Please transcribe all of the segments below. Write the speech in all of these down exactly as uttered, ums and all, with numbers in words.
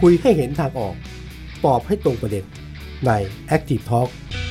คุยให้เห็นทางออกตอบให้ตรงประเด็นใน Active Talk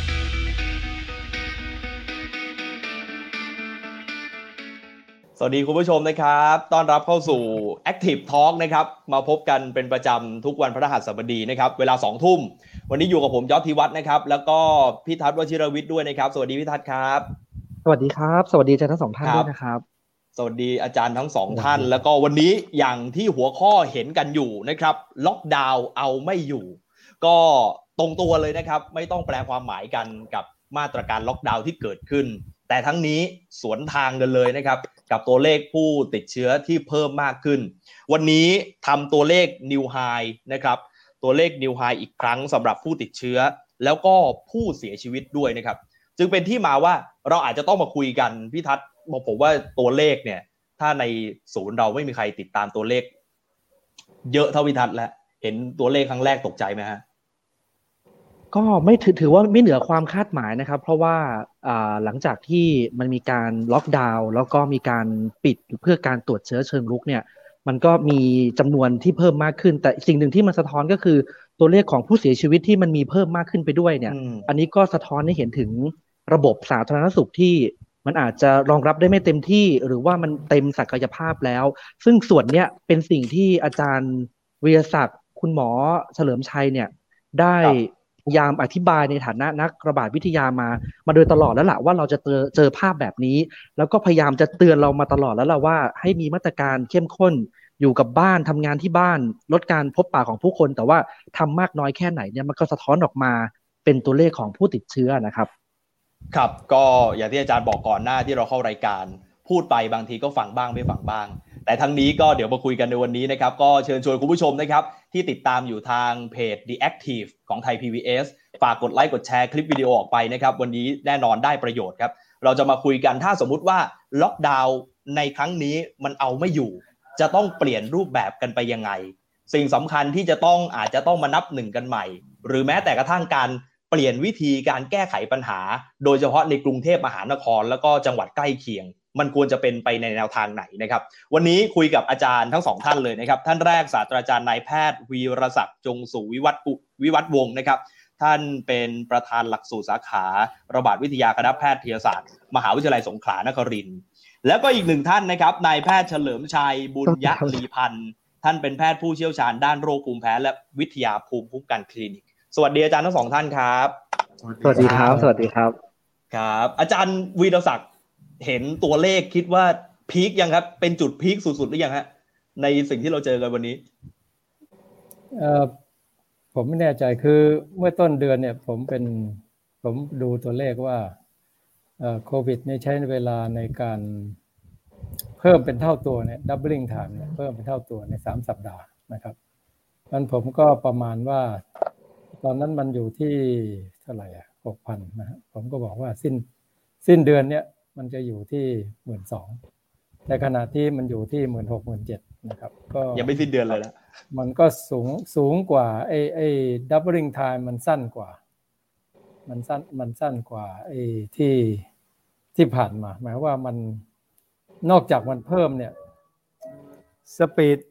สวัสดีคุณผู้ชมนะครับต้อนรับเข้าสู่ Active Talk นะครับมาพบกันเป็นประจำทุกวันพฤหัสบดีนะครับเวลา สองทุ่มวันนี้อยู่กับผมยอดธีวัฒน์นะครับแล้วก็พี่ทัศน์วชิรวิทย์ด้วยนะครับสวัสดีพี่ทัศน์ครับสวัสดีครับสวัสดีอาจารย์ทั้งสองท่านด้วยนะครับสวัสดีอาจารย์ทั้งสองท่านแล้วก็วันนี้อย่างที่หัวข้อเห็นกันอยู่นะครับล็อกดาวน์เอาไม่อยู่ก็ตรงตัวเลยนะครับไม่ต้องแปลความหมายกันกับมาตรการล็อกดาวน์ที่เกิดขึ้นแต่ทั้งนี้สวนทางกันเลยนะครับกับตัวเลขผู้ติดเชื้อที่เพิ่มมากขึ้นวันนี้ทำตัวเลข New High นะครับตัวเลข New High อีกครั้งสำหรับผู้ติดเชื้อแล้วก็ผู้เสียชีวิตด้วยนะครับจึงเป็นที่มาว่าเราอาจจะต้องมาคุยกันพี่ทัศน์บอกผมว่าตัวเลขเนี่ยถ้าในศูนย์เราไม่มีใครติดตามตัวเลขเยอะเท่าพี่ทัศน์แล้วเห็นตัวเลขครั้งแรกตกใจไหมฮะก็ไม่ถือถือว่าไม่เหนือความคาดหมายนะครับเพราะว่าหลังจากที่มันมีการล็อกดาวน์แล้วก็มีการปิดเพื่อการตรวจเชื้อเชิงรุกเนี่ยมันก็มีจำนวนที่เพิ่มมากขึ้นแต่สิ่งหนึ่งที่มันสะท้อนก็คือตัวเลขของผู้เสียชีวิตที่มันมีเพิ่มมากขึ้นไปด้วยเนี่ยอันนี้ก็สะท้อนให้เห็นถึงระบบสาธารณสุขที่มันอาจจะรองรับได้ไม่เต็มที่หรือว่ามันเต็มศักยภาพแล้วซึ่งส่วนเนี้ยเป็นสิ่งที่อาจารย์วีรศักดิ์คุณหมอเฉลิมชัยเนี่ยได้พยายามอธิบายในฐานะนักระบาดวิทยามามาโดยตลอดแล้วล่ะว่าเราจะเจอเจอภาพแบบนี้แล้วก็พยายามจะเตือนเรามาตลอดแล้วล่ะว่าให้มีมาตรการเข้มข้นอยู่กับบ้านทำงานที่บ้านลดการพบปะของผู้คนแต่ว่าทำมากน้อยแค่ไหนเนี่ยมันก็สะท้อนออกมาเป็นตัวเลขของผู้ติดเชื้อนะครับครับก็อย่างที่อาจารย์บอกก่อนหน้าที่เราเข้ารายการพูดไปบางทีก็ฟังบ้างไม่ฟังบ้างแต่ทั้งนี้ก็เดี๋ยวมาคุยกันในวันนี้นะครับก็เชิญชวนคุณผู้ชมนะครับที่ติดตามอยู่ทางเพจ The Active ของไทย พี บี เอส ฝากกดไลค์กดแชร์คลิปวิดีโอออกไปนะครับวันนี้แน่นอนได้ประโยชน์ครับเราจะมาคุยกันถ้าสมมุติว่าล็อกดาวน์ในครั้งนี้มันเอาไม่อยู่จะต้องเปลี่ยนรูปแบบกันไปยังไงสิ่งสำคัญที่จะต้องอาจจะต้องมานับหนึ่งกันใหม่หรือแม้แต่กระทั่งการเปลี่ยนวิธีการแก้ไขปัญหาโดยเฉพาะในกรุงเทพมหานครแล้วก็จังหวัดใกล้เคียงมันควรจะเป็นไปในแนวทางไหนนะครับวันนี้คุยกับอาจารย์ทั้งสองท่านเลยนะครับท่านแรกศาสตราจารย์นายแพทย์วีรศักดิ์จงสุวิวัฒน์วิวัฒน์วงศ์นะครับท่านเป็นประธานหลักสูตรสาขาระบาดวิทยาคณะแพทยศาสตร์มหาวิทยาลัยสงขลานครินทร์แล้วก็อีกหนึ่งท่านนะครับนายแพทย์เฉลิมชัยบุญยลีพันธ์ท่านเป็นแพทย์ผู้เชี่ยวชาญด้านโรคภูมิแพ้และวิทยาภูมิคุ้มกันคลินิกสวัสดีอาจารย์ทั้งสองท่านครับสวัสดีครับสวัสดีครับครับอาจารย์วีรศักดิ์เห็นตัวเลขคิดว่าพีคยังครับเป็นจุดพีคสุดๆหรือยังฮะในสิ่งที่เราเจอกันวันนี้เอ่อผมไม่แน่ใจคือเมื่อต้นเดือนเนี่ยผมเป็นผมดูตัวเลขว่าเอ่อโควิดเนี่ยใช้เวลาในการเพิ่มเป็นเท่าตัวเนี่ย doubling time เนี่ยเพิ่มเป็นเท่าตัวในสามสัปดาห์นะครับงั้นผมก็ประมาณว่าตอนนั้นมันอยู่ที่เท่าไหร่อ่ะ หกพัน นะฮะผมก็บอกว่าสิ้นสิ้นเดือนเนี้ยมันจะอยู่ที่ หนึ่งหมื่นสองพัน ในขณะที่มันอยู่ที่ หนึ่งหมื่นหก หนึ่งหมื่นเจ็ด นะครับก็ยังไม่สิ้นเดือนเลยละมันก็สูงสูงกว่าไอ้ไอ้ doubling time มันสั้นกว่ามันสั้นมันสั้นกว่าไอ้ที่ที่ผ่านมาหมายว่ามันนอกจากมันเพิ่มเนี่ยสปีด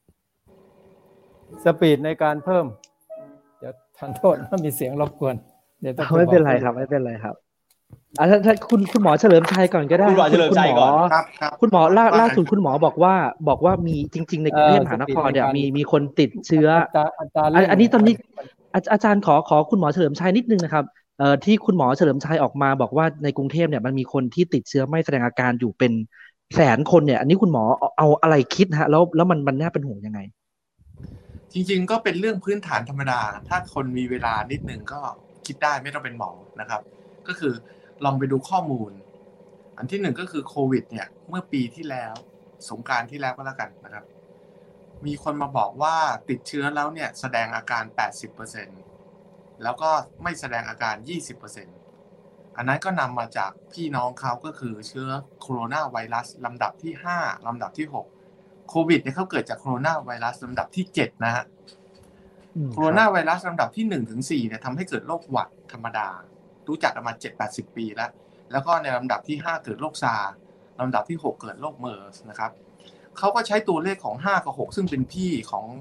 สปีดในการเพิ่มเดี๋ยวทันโทษถ้ามีเสียงรบกวนเดี๋ยวต้องไม่เป็นไรครับไม่เป็นไรครับอ่ะถ้าคุณคุณหมอเฉลิมชัยก่อนก็ได้คุณหมอเฉลิมชัยก่อนครับคุณหมอล่าล่าสุดคุณหมอบอกว่าบอกว่ามีจริงๆในกรุงเทพมหานครเนี่ยมีมีคนติดเชื้ออันนี้ตอนนี้อาจารย์ขอขอคุณหมอเฉลิมชัยนิดนึงนะครับเอ่อที่คุณหมอเฉลิมชัยออกมาบอกว่าในกรุงเทพเนี่ยมันมีคนที่ติดเชื้อไม่แสดงอาการอยู่เป็นแสนคนเนี่ยอันนี้คุณหมอเอาอะไรคิดฮะแล้วแล้วมันมันน่าเป็นห่วงยังไงจริงๆก็เป็นเรื่องพื้นฐานธรรมดาถ้าคนมีเวลานิดนึงก็คิดได้ไม่ต้องเป็นหมอนะครับก็คือลองไปดูข้อมูลอันที่หนึ่งก็คือโควิดเนี่ยเมื่อปีที่แล้วสงกรานต์ที่แล้วก็แล้วกันนะครับมีคนมาบอกว่าติดเชื้อแล้วเนี่ยแสดงอาการ แปดสิบเปอร์เซ็นต์ แล้วก็ไม่แสดงอาการ ยี่สิบเปอร์เซ็นต์ อันนั้นก็นำมาจากพี่น้องเขาก็คือเชื้อโคโรนาไวรัสลำดับที่ห้าลำดับที่หกโควิดเนี่ยเขาเกิดจากโคโรนาไวรัสลำดับที่เจ็ดนะฮะโคโรนาไวรัสลำดับที่หนึ่งถึงสี่เนี่ยทำให้เกิดโรคหวัดธรรมดารู้จักกันมา เจ็ดถึงแปดสิบ ปีแล้วแล้วก็ในลำดับที่ห้าเกิดโรคซาร์ลำดับที่หกเกิดโรคเมอร์สนะครับเขาก็ใช้ตัวเลขของห้ากับหกซึ่งเป็นพี่ของโค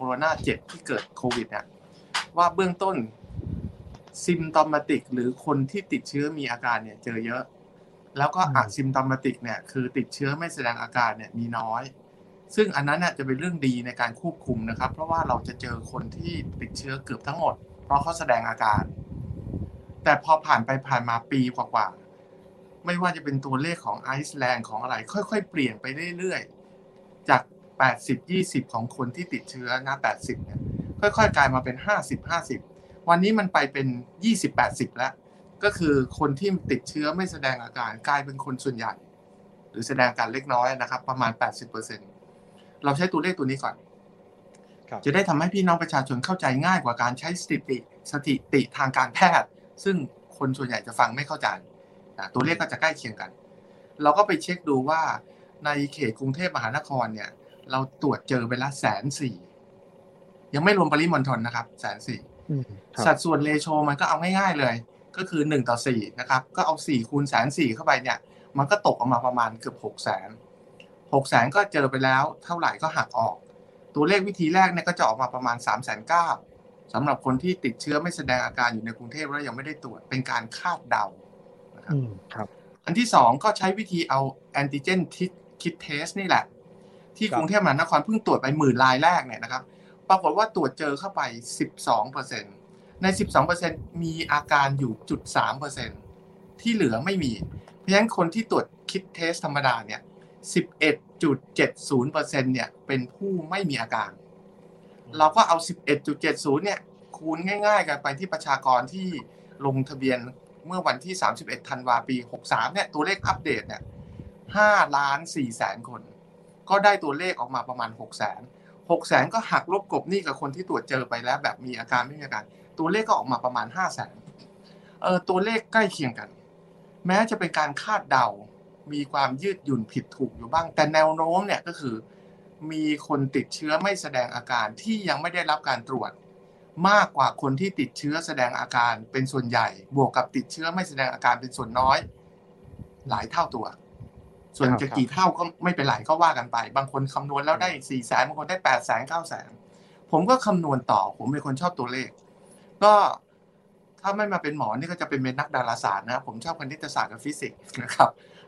โรนาเจ็ดที่เกิดโควิดเนี่ยว่าเบื้องต้นซิมตอมมาติกหรือคนที่ติดเชื้อมีอาการเนี่ยเจอเยอะแล้วก็อะซิมตอมมาติกเนี่ยคือติดเชื้อไม่แสดงอาการเนี่ยมีน้อยซึ่งอันนั้นเนี่ยจะเป็นเรื่องดีในการควบคุมนะครับเพราะว่าเราจะเจอคนที่ติดเชื้อเกือบทั้งหมดเพราะเขาแสดงอาการแต่พอผ่านไปผ่านมาปีกว่าๆไม่ว่าจะเป็นตัวเลขของไอซ์แลนด์ของอะไรค่อยๆเปลี่ยนไปเรื่อยๆจากแปดสิบ ยี่สิบของคนที่ติดเชื้อนะแปดสิบเนี่ยค่อยๆกลายมาเป็นห้าสิบ ห้าสิบวันนี้มันไปเป็นยี่สิบ แปดสิบแล้วก็คือคนที่ติดเชื้อไม่แสดงอาการกลายเป็นคนส่วนใหญ่หรือแสดงอาการเล็กน้อยนะครับประมาณ แปดสิบเปอร์เซ็นต์ เราใช้ตัวเลขตัวนี้ก่อนจะได้ทำให้พี่น้องประชาชนเข้าใจง่ายกว่าการใช้สถิติสถิติทางการแพทย์ซึ่งคนส่วนใหญ่จะฟังไม่เข้าใจตัวเลขก็จะใกล้เคียงกันเราก็ไปเช็คดูว่าในเขตกรุงเทพมหานครเนี่ยเราตรวจเจอไปละแสนสี่ยังไม่รวมปริมณฑลนะครับแสนสี่สัดส่วนเรโชมันก็เอาง่ายๆเลยก็คือหนึ่งต่อสี่นะครับก็เอาสี่คูณแสนสี่เข้าไปเนี่ยมันก็ตกออกมาประมาณเกือบหกแสนหกแสนก็เจอไปแล้วเท่าไหร่ก็หักออกตัวเลขวิธีแรกเนี่ยก็จะออกมาประมาณ สามแสนเก้าหมื่น สำหรับคนที่ติดเชื้อไม่แสดงอาการอยู่ในกรุงเทพแล้วยังไม่ได้ตรวจเป็นการคาดเดานะครับอันที่สองก็ใช้วิธีเอาแอนติเจนคิดเทสนี่แหละที่กรุงเทพมหานครเพิ่งตรวจไปหมื่นรายแรกเนี่ยนะครับปรากฏว่าตรวจเจอเข้าไป สิบสองเปอร์เซ็นต์ ใน สิบสองเปอร์เซ็นต์ มีอาการอยู่ จุดสามเปอร์เซ็นต์ ที่เหลือไม่มีเพราะฉะนั้นคนที่ตรวจคิดเทสธรรมดาเนี่ย สิบเอ็ดจุดเจ็ดศูนย์เปอร์เซ็นต์ เนี่ยเป็นผู้ไม่มีอาการเราก็เอา สิบเอ็ดจุดเจ็ดศูนย์ เนี่ยคูณง่ายๆกันไปที่ประชากรที่ลงทะเบียนเมื่อวันที่สามสิบเอ็ดธันวาคมปีหกสามเนี่ยตัวเลขอัปเดตเนี่ยห้าล้านสี่แสนคนก็ได้ตัวเลขออกมาประมาณหกแสน หกแสนก็หักลบกบหนี้กับคนที่ตรวจเจอไปแล้วแบบมีอาการไม่มีอาการตัวเลขก็ออกมาประมาณห้าแสนเออตัวเลขใกล้เคียงกันแม้จะเป็นการคาดเดามีความยืดหยุ่นผิดถูกอยู่บ้างแต่แนวโน้มเนี่ยก็คือมีคนติดเชื้อไม่แสดงอาการที่ยังไม่ได้รับการตรวจมากกว่าคนที่ติดเชื้อแสดงอาการเป็นส่วนใหญ่บวกกับติดเชื้อไม่แสดงอาการเป็นส่วนน้อยหลายเท่าตัวส่วนจะกี่เท่าก็ไม่เป็นไรก็ว่ากันไปบางคนคำนวณแล้วได้สี่แสนบางคนได้แปดแสนเก้าแสนผมก็คำนวณต่อผมเป็นคนชอบตัวเลขก็ถ้าไม่มาเป็นหมอนี่ก็จะเป็นนักดาราศาสตร์นะผมชอบคณิตศาสตร์กับฟิสิกส์นะครับ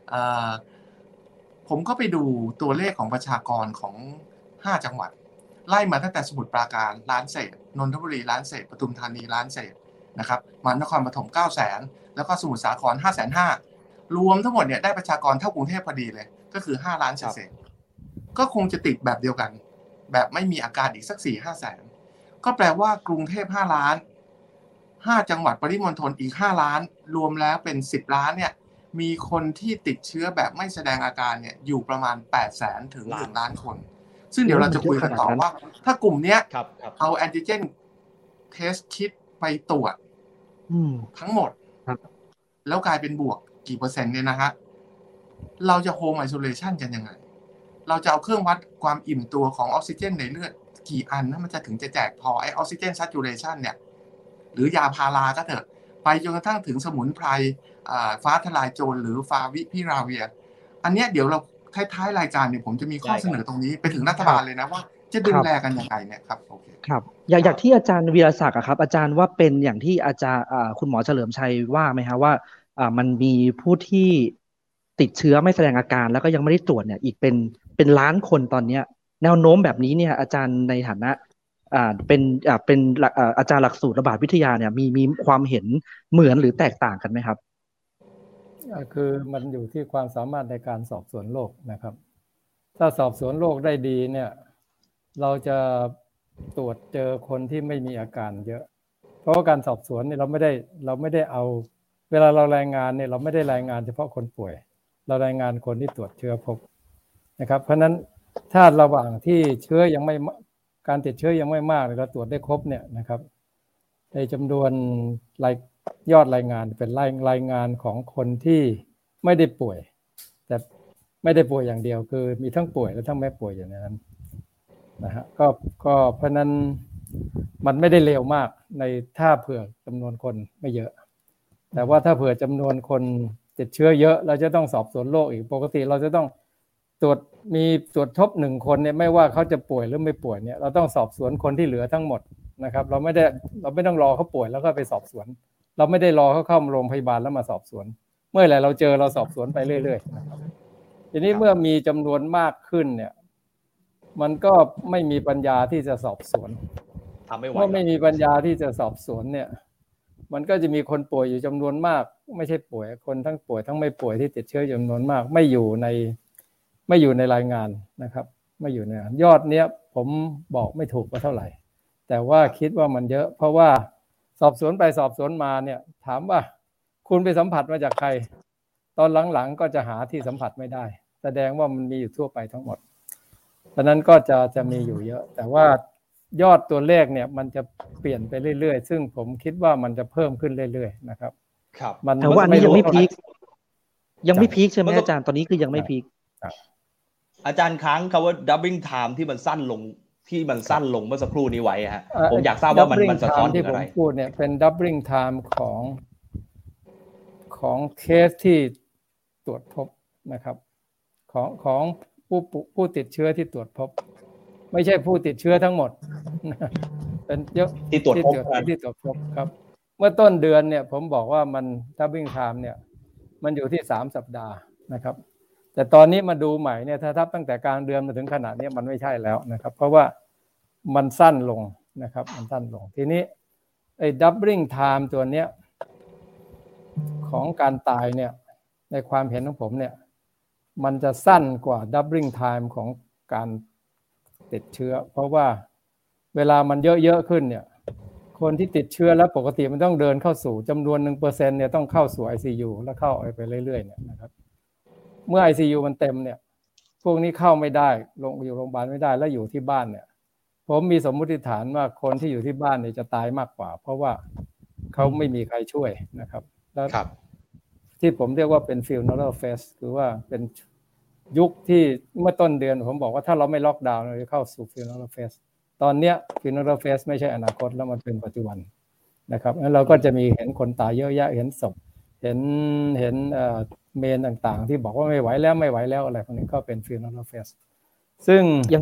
ผมก็ไปดูตัวเลขของประชากรของห้าจังหวัดไล่มาตั้งแต่สมุทรปราการล้านเศษนนทบุรีล้านเศษปทุมธานีล้านเศษนะครับมหานครปฐมเก้าแสนแล้วก็สมุทรสาครห้าแสนห้ารวมทั้งหมดเนี่ยได้ประชากรเท่ากรุงเทพพอดีเลยก็คือห้าล้านเศษก็คงจะติดแบบเดียวกันแบบไม่มีอาการอีกสัก สี่ห้า แสนก็แปลว่ากรุงเทพห้าล้านห้าจังหวัดปริมณฑลอีกห้าล้านรวมแล้วเป็นสิบล้านเนี่ยมีคนที่ติดเชื้อแบบไม่แสดงอาการเนี่ยอยู่ประมาณแปดแสนถึงหนึ่งล้านคนซึ่งเดี๋ยวเราจะคุยกันต่อว่าถ้ากลุ่มเนี้ยเอาแอนติเจนเทสคิดไปตรวจทั้งหมดแล้วกลายเป็นบวกกี่เปอร์เซ็นต์เนี่ยนะฮะเราจะโฮมไอโซเลชันกันยังไงเราจะเอาเครื่องวัดความอิ่มตัวของออกซิเจนในเลือดกี่อันนะมันจะถึงจะแจกพอไอออกซิเจนซัจูเรชันเนี่ยหรือยาพาราก็เถอะไปจนกระทั่งถึงสมุนไพรฟ้าทลายโจรหรือฟาวิพิราเวียอันเนี้ยเดี๋ยวเราท้ายๆรายการเนี่ยผมจะมีข้อเสนอตรงนี้ไปถึงรัฐบาลเลยนะว่าจะดูแลกันยังไงเนี่ยครับโอเคครับอย่างอย่างที่อาจารย์วีรศักดิ์ครับอาจารย์ว่าเป็นอย่างที่อาจารย์คุณหมอเฉลิมชัยว่าไหมฮะว่ามันมีผู้ที่ติดเชื้อไม่แสดงอาการแล้วก็ยังไม่ได้ตรวจเนี่ยอีกเป็นเป็นล้านคนตอนนี้แนวโน้มแบบนี้เนี่ยอาจารย์ในฐานะอ่าเป็นอ่าเป็นอาจารย์หลักสูตรระบาดวิทยาเนี่ยมีมีความเห็นเหมือนหรือแตกต่างกันไหมครับคือมันอยู่ที่ความสามารถในการสอบสวนโรคนะครับถ้าสอบสวนโรคได้ดีเนี่ยเราจะตรวจเจอคนที่ไม่มีอาการเยอะเพราะว่าการสอบสวนเนี่ยเราไม่ได้เราไม่ได้เอาเวลาเรารายงานเนี่ยเราไม่ได้รายงานเฉพาะคนป่วยเรารายงานคนที่ตรวจเชื้อพบนะครับเพราะนั้นถ้าระหว่างที่เชื้อยังไม่การติดเชื้อยังไม่มากเราตรวจได้ครบเนี่ยนะครับในจำนวนรายยอดรายงานเป็นรายรายงานของคนที่ไม่ได้ป่วยแต่ไม่ได้ป่วยอย่างเดียวคือมีทั้งป่วยและทั้งไม่ป่วยอย่างนั้นนะฮะก็ก็เพราะนั้นมันไม่ได้เร็วมากในถ้าเผื่อจำนวนคนไม่เยอะแต่ว่าถ้าเผื่อจำนวนคนติดเชื้อเยอะเราจะต้องสอบสวนโรคอีกปกติเราจะต้องตรวจมีตรวจพบหนึ่งคนเนี่ยไม่ว่าเขาจะป่วยหรือไม่ป่วยเนี่ยเราต้องสอบสวนคนที่เหลือทั้งหมดนะครับเราไม่ได้เราไม่ต้องรอเขาป่วยแล้วก็ไปสอบสวนเราไม่ได้รอเขาเข้าโรงพยาบาลแล้วมาสอบสวนเมื่อไหร่เราเจอเราสอบสวนไปเรื่อยๆนะครับทีนี้เมื่อมีจำนวนมากขึ้นเนี่ยมันก็ไม่มีปัญญาที่จะสอบสวนทำไม่ไหวเมื่อไม่มีปัญญาที่จะสอบสวนเนี่ยมันก็จะมีคนป่วยอยู่จำนวนมากไม่ใช่ป่วยคนทั้งป่วยทั้งไม่ป่วยที่ติดเชื้อจำนวนมากไม่อยู่ในไม่อยู่ในรายงานนะครับไม่อยู่ในยอดเนี้ยผมบอกไม่ถูกว่าเท่าไหร่แต่ว่าคิดว่ามันเยอะเพราะว่าสอบสวนไปสอบสวนมาเนี่ยถามว่าคุณไปสัมผัสมาจากใครตอนหลังๆก็จะหาที่สัมผัสไม่ได้แสดงว่ามันมีอยู่ทั่วไปทั้งหมดเพราะนั้นก็จะจะมีอยู่เยอะแต่ว่ายอดตัวเลขเนี่ยมันจะเปลี่ยนไปเรื่อยๆซึ่งผมคิดว่ามันจะเพิ่มขึ้นเรื่อยๆนะครับครับแต่ว่าอันนี้ยังไม่พีคยังไม่พีคใช่ไหมอาจารย์ตอนนี้คือยังไม่พีคอาจารย์ค้างคำว่า doubling time ที่มันสั้นลงที่มันสั้นลงเมื่อสักครู่นี้ไว้ฮะผมอยากทราบว่ามันมันสะท้อนถึงอะไรที่ผมพูดเนี่ยเป็น doubling time ของของเคสที่ตรวจพบนะครับของของผู้ผู้ติดเชื้อที่ตรวจพบไม่ใช่ผู้ติดเชื้อทั้งหมดเป็นเยอะที่ตรวจพบที่ตรวจพบครับเมื่อต้นเดือนเนี่ยผมบอกว่ามัน doubling time เนี่ยมันอยู่ที่สามสัปดาห์นะครับแต่ตอนนี้มาดูใหม่เนี่ยถ้าทับตั้งแต่กลางเดือนมาถึงขนาดนี้มันไม่ใช่แล้วนะครับเพราะว่ามันสั้นลงนะครับมันสั้นลงทีนี้ไอ้ doubling time ตัวเนี้ยของการตายเนี่ยในความเห็นของผมเนี่ยมันจะสั้นกว่า doubling time ของการติดเชื้อเพราะว่าเวลามันเยอะๆขึ้นเนี่ยคนที่ติดเชื้อแล้วปกติมันต้องเดินเข้าสู่จำนวน หนึ่งเปอร์เซ็นต์ เนี่ยต้องเข้าสู่ ไอ ซี ยู แล้วเข้าไปเรื่อยๆเนี่ยนะครับเมื่อ ไอ ซี ยู มันเต็มเนี่ยพวกนี้เข้าไม่ได้ลงอยู่โรงพยาบาลไม่ได้แล้วอยู่ที่บ้านเนี่ยผมมีสมมติฐานว่าคนที่อยู่ที่บ้านเนี่ยจะตายมากกว่าเพราะว่าเขาไม่มีใครช่วยนะครับแล้วที่ผมเรียกว่าเป็น funeral phase คือว่าเป็นยุคที่เมื่อต้นเดือนผมบอกว่าถ้าเราไม่ล็อกดาวน์เราจะเข้าสู่ funeral phase ตอนเนี้ย funeral phase ไม่ใช่อนาคตแล้วมันเป็นปัจจุบันนะครับงั้นเราก็จะมีเห็นคนตายเยอะแยะเห็นศพเห็นเห็นเอ่อเมนต่างๆที่บอกว่าไม่ไหวแล้วไม่ไหวแล้วอะไรพวกนี้ก็เป็น funeral phase ซึ่งยัง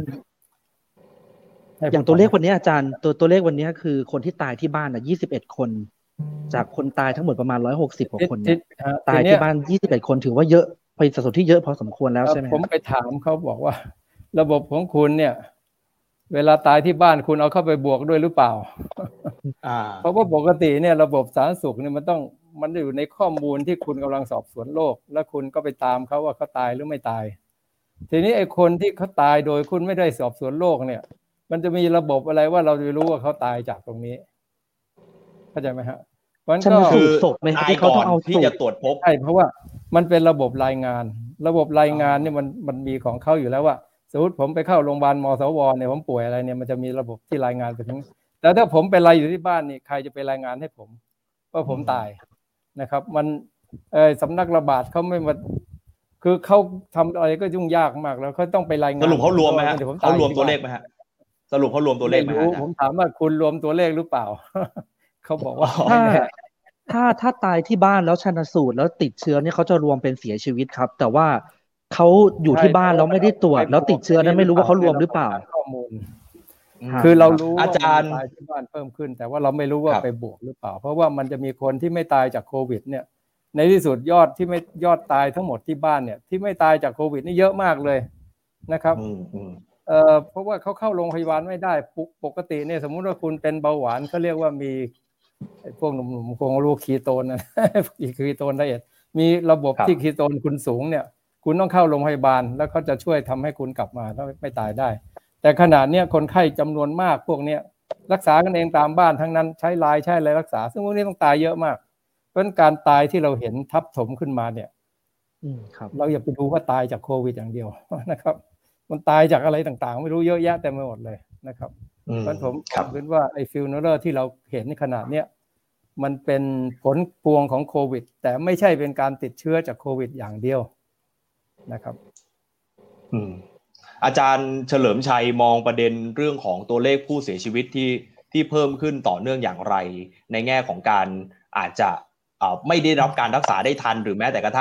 อย่างตัวเลขวันนี้อาจารย์ตัวตัวเลขวันนี้คือคนที่ตายที่บ้านน่ะยี่สิบเอ็ดคนจากคนตายทั้งหมดประมาณหนึ่งร้อยหกสิบกว่าคนเนี่ยตายที่บ้านยี่สิบเอ็ดคนถือว่าเยอะเป็นสัดส่วนที่เยอะพอสมควรแล้วใช่ไหมผมไปถามเขาบอกว่าระบบของคุณเนี่ยเวลาตายที่บ้านคุณเอาเข้าไปบวกด้วยหรือเปล่าเพราะว่าปกติเนี่ยระบบสาธารณสุขเนี่ยมันต้องมันอยู่ในข้อมูลที่คุณกำลังสอบสวนโรคแล้วคุณก็ไปตามเขาว่าเขาตายหรือไม่ตายทีนี้ไอ้คนที่เขาตายโดยคุณไม่ได้สอบสวนโรคเนี่ยมันจะมีระบบอะไรว่าเราจะรู้ว่าเขาตายจากตรงนี้เข้าใจไหมฮะมันก็คือศพไหมที่เขาต้องเอาที่จะตรวจพบใช่เพราะว่ามันเป็นระบบรายงานระบบรายงานเนี่ยมันมันมีของเขาอยู่แล้วว่าสมมติผมไปเข้าโรงพยาบาลมสวเนี่ยผมป่วยอะไรเนี่ยมันจะมีระบบที่รายงานไปถึงแต่ถ้าผมเป็นอะไรอยู่ที่บ้านนี่ใครจะไปรายงานให้ผมว่าผมตายนะครับมันเออสำนักระบาดเขาไม่มาคือเขาทำอะไรก็ยุ่งยากมากแล้วเขาต้องไปรายงานสรุปเขารวมไหมฮะเขารวมตัวเลขไหมฮะสรุปเขารวมตัวเลขไหมฮะผมถามว่าคุณรวมตัวเลขหรือเปล่าเขาบอกว่าถ้าถ้าถ้าตายที่บ้านแล้วชันสูตรแล้วติดเชื้อเนี่ยเขาจะรวมเป็นเสียชีวิตครับแต่ว่าเขาอยู่ที่บ้านแล้วไม่ได้ตรวจแล้วติดเชื้อนั้นไม่รู้ว่าเขารวมหรือเปล่าข้อมูลคือเรารู้อาจารย์ตายที่บ้านเพิ่มขึ้นแต่ว่าเราไม่รู้ว่าไปบวกหรือเปล่าเพราะว่ามันจะมีคนที่ไม่ตายจากโควิดเนี่ยในที่สุดยอดที่ไม่ยอดตายทั้งหมดที่บ้านเนี่ยที่ไม่ตายจากโควิดนี่เยอะมากเลยนะครับเอ่อเพราะว่าเขาเข้าโรงพยาบาลไม่ได้ปกติเนี่ยสมมุติว่าคุณเป็นเบาหวานเขาเรียกว่ามีพวกหนุ่มๆคงรู้คีโตนนะคีโตนละเอียดมีระบบที่คีโตนคุณสูงเนี่ยคุณต้องเข้าโรงพยาบาลแล้วเขาจะช่วยทำให้คุณกลับมาแล้วไม่ตายได้แต่ขนาดเนี้ยคนไข้จำนวนมากพวกเนี้ยรักษากันเองตามบ้านทั้งนั้นใช้ลายใช้อะไรรักษาซึ่งพวกนี้ต้องตายเยอะมากเพราะฉะนั้นการตายที่เราเห็นทับถมขึ้นมาเนี่ยเราอย่าไปดูว่าตายจากโควิดอย่างเดียวนะครับมันตายจากอะไรต่างๆไม่รู้เยอะแยะเต็มไปหมดเลยนะครับเพราะผมคิดว่าไอ้ฟิลเนอร์ที่เราเห็นในขนาดเนี้ยมันเป็นผลพวงของโควิดแต่ไม่ใช่เป็นการติดเชื้อจากโควิดอย่างเดียวนะครับอืมอาจารย์เฉลิมชัยมองประเด็นเรื่องของตัวเลขผู้เสียชีวิตที่ที่เพิ่มขึ้นต่อเนื่องอย่างไรในแง่ของการอาจจะไม่ได้รับการรักษาได้ทันหรือแม้แต่กระทั่ง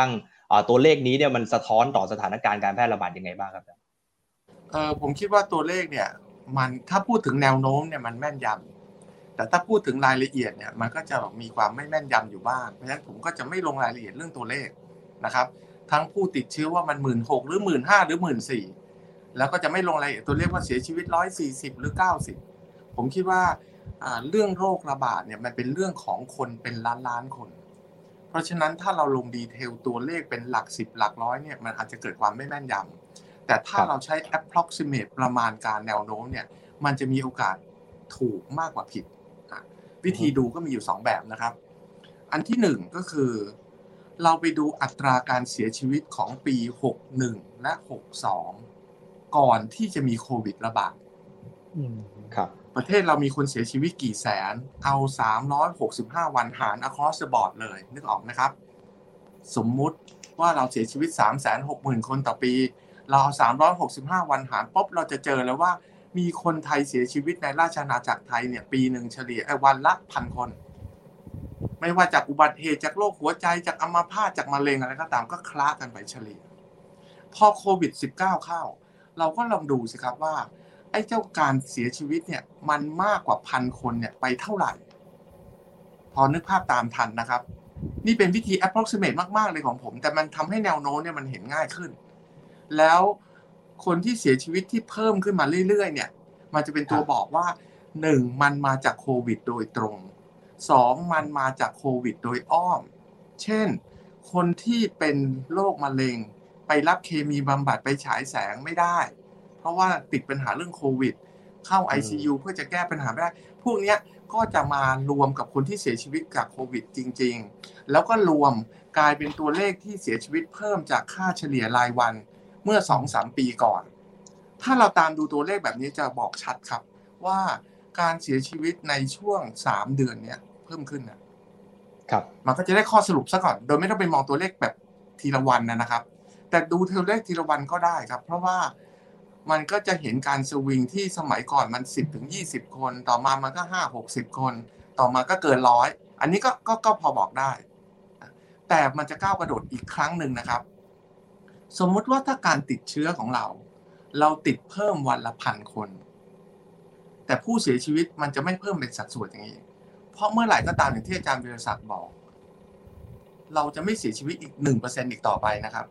ตัวเลขนี้เนี่ยมันสะท้อนต่อสถานการณ์การแพร่ระบาดยังไงบ้างครับเออผมคิดว่าตัวเลขเนี่ยมันถ้าพูดถึงแนวโน้มเนี่ยมันแม่นยำแต่ถ้าพูดถึงรายละเอียดเนี่ยมันก็จะมีความไม่แม่นยำอยู่บ้างเพราะฉะนั้นผมก็จะไม่ลงรายละเอียดเรื่องตัวเลขนะครับทั้งผู้ติดเชื้อว่ามันหมื่นหกหรือหมื่นห้าหรือหมื่นสี่แล้วก็จะไม่ลงรายละเอียดตัวเลขว่าเสียชีวิตร้อยสี่สิบหรือเก้าสิบผมคิดว่าเรื่องโรคระบาดเนี่ยมันเป็นเรื่องของคนเป็นล้านล้านคนเพราะฉะนั้นถ้าเราลงดีเทลตัวเลขเป็นหลักสิบหลักร้อยเนี่ยมันอาจจะเกิดความไม่แม่นยำแต่ถ้าเราใช้ approximate ประมาณการแนวโน้มเนี่ยมันจะมีโอกาสถูกมากกว่าผิดวิธีดูก็มีอยู่สองแบบนะครับอันที่หนึ่งก็คือเราไปดูอัตราการเสียชีวิตของปีหกสิบเอ็ดและหกสิบสองก่อนที่จะมีโควิดระบาดครับประเทศเรามีคนเสียชีวิตกี่แสนเอาสามร้อยหกสิบห้าวันหาร across the board เลยนึกออกนะครับสมมุติว่าเราเสียชีวิต สามแสนหกหมื่น คนต่อปีเราเอาสามร้อยหกสิบห้าวันหารปุ๊บเราจะเจอแล้วว่ามีคนไทยเสียชีวิตในราชอาณาจักรไทยเนี่ยปีหนึ่งเฉลี่ยวันละพันคนไม่ว่าจากอุบัติเหตุจากโรคหัวใจจากอัมพาตจากมะเร็งอะไรก็ตามก็คล้ากันไปเฉลี่ยพอโควิด สิบเก้า เข้าเราก็ลองดูสิครับว่าไอ้เจ้าการเสียชีวิตเนี่ยมันมากกว่าพันคนเนี่ยไปเท่าไหร่พอนึกภาพตามทันนะครับนี่เป็นวิธี approximate มากๆเลยของผมแต่มันทำให้แนวโน้มเนี่ยมันเห็นง่ายขึ้นแล้วคนที่เสียชีวิตที่เพิ่มขึ้นมาเรื่อยๆเนี่ยมันจะเป็นตัวบอกว่าหนึ่งมันมาจากโควิดโดยตรงสองมันมาจากโควิดโดยอ้อมเช่นคนที่เป็นโรคมะเร็งไปรับเคมีบำบัดไปฉายแสงไม่ได้เพราะว่าติดปัญหาเรื่องโควิดเข้า ไอ ซี ยู เพื่อจะแก้ปัญหาไม่ได้พวกนี้ก็จะมารวมกับคนที่เสียชีวิตจากโควิดจริงๆแล้วก็รวมกลายเป็นตัวเลขที่เสียชีวิตเพิ่มจากค่าเฉลี่ยรายวันเมื่อ สองถึงสาม ปีก่อนถ้าเราตามดูตัวเลขแบบนี้จะบอกชัดครับว่าการเสียชีวิตในช่วงสามเดือนเนี้ยเพิ่มขึ้นนะครับมันก็จะได้ข้อสรุปซะก่อนโดยไม่ต้องไปมองตัวเลขแบบทีละวันนะครับแต่ดูตัวเลขทีละวันก็ได้ครับเพราะว่ามันก็จะเห็นการสวิงที่สมัยก่อนมัน สิบถึงยี่สิบ คนต่อมามันก็ห้า หกสิบ คนต่อมาก็เกินร้อยอันนี้ก็ก็ก็พอบอกได้แต่มันจะก้าวกระโดดอีกครั้งนึงนะครับสมมุติว่าถ้าการติดเชื้อของเราเราติดเพิ่มวันละพันคนแต่ผู้เสียชีวิตมันจะไม่เพิ่มเป็นสัดส่วนอย่างนี้เพราะเมื่อไหร่ก็ตามอย่างที่อาจารย์วิรศักดิ์บอกเราจะไม่เสียชีวิตอีก หนึ่งเปอร์เซ็นต์ อีกต่อไปนะครับ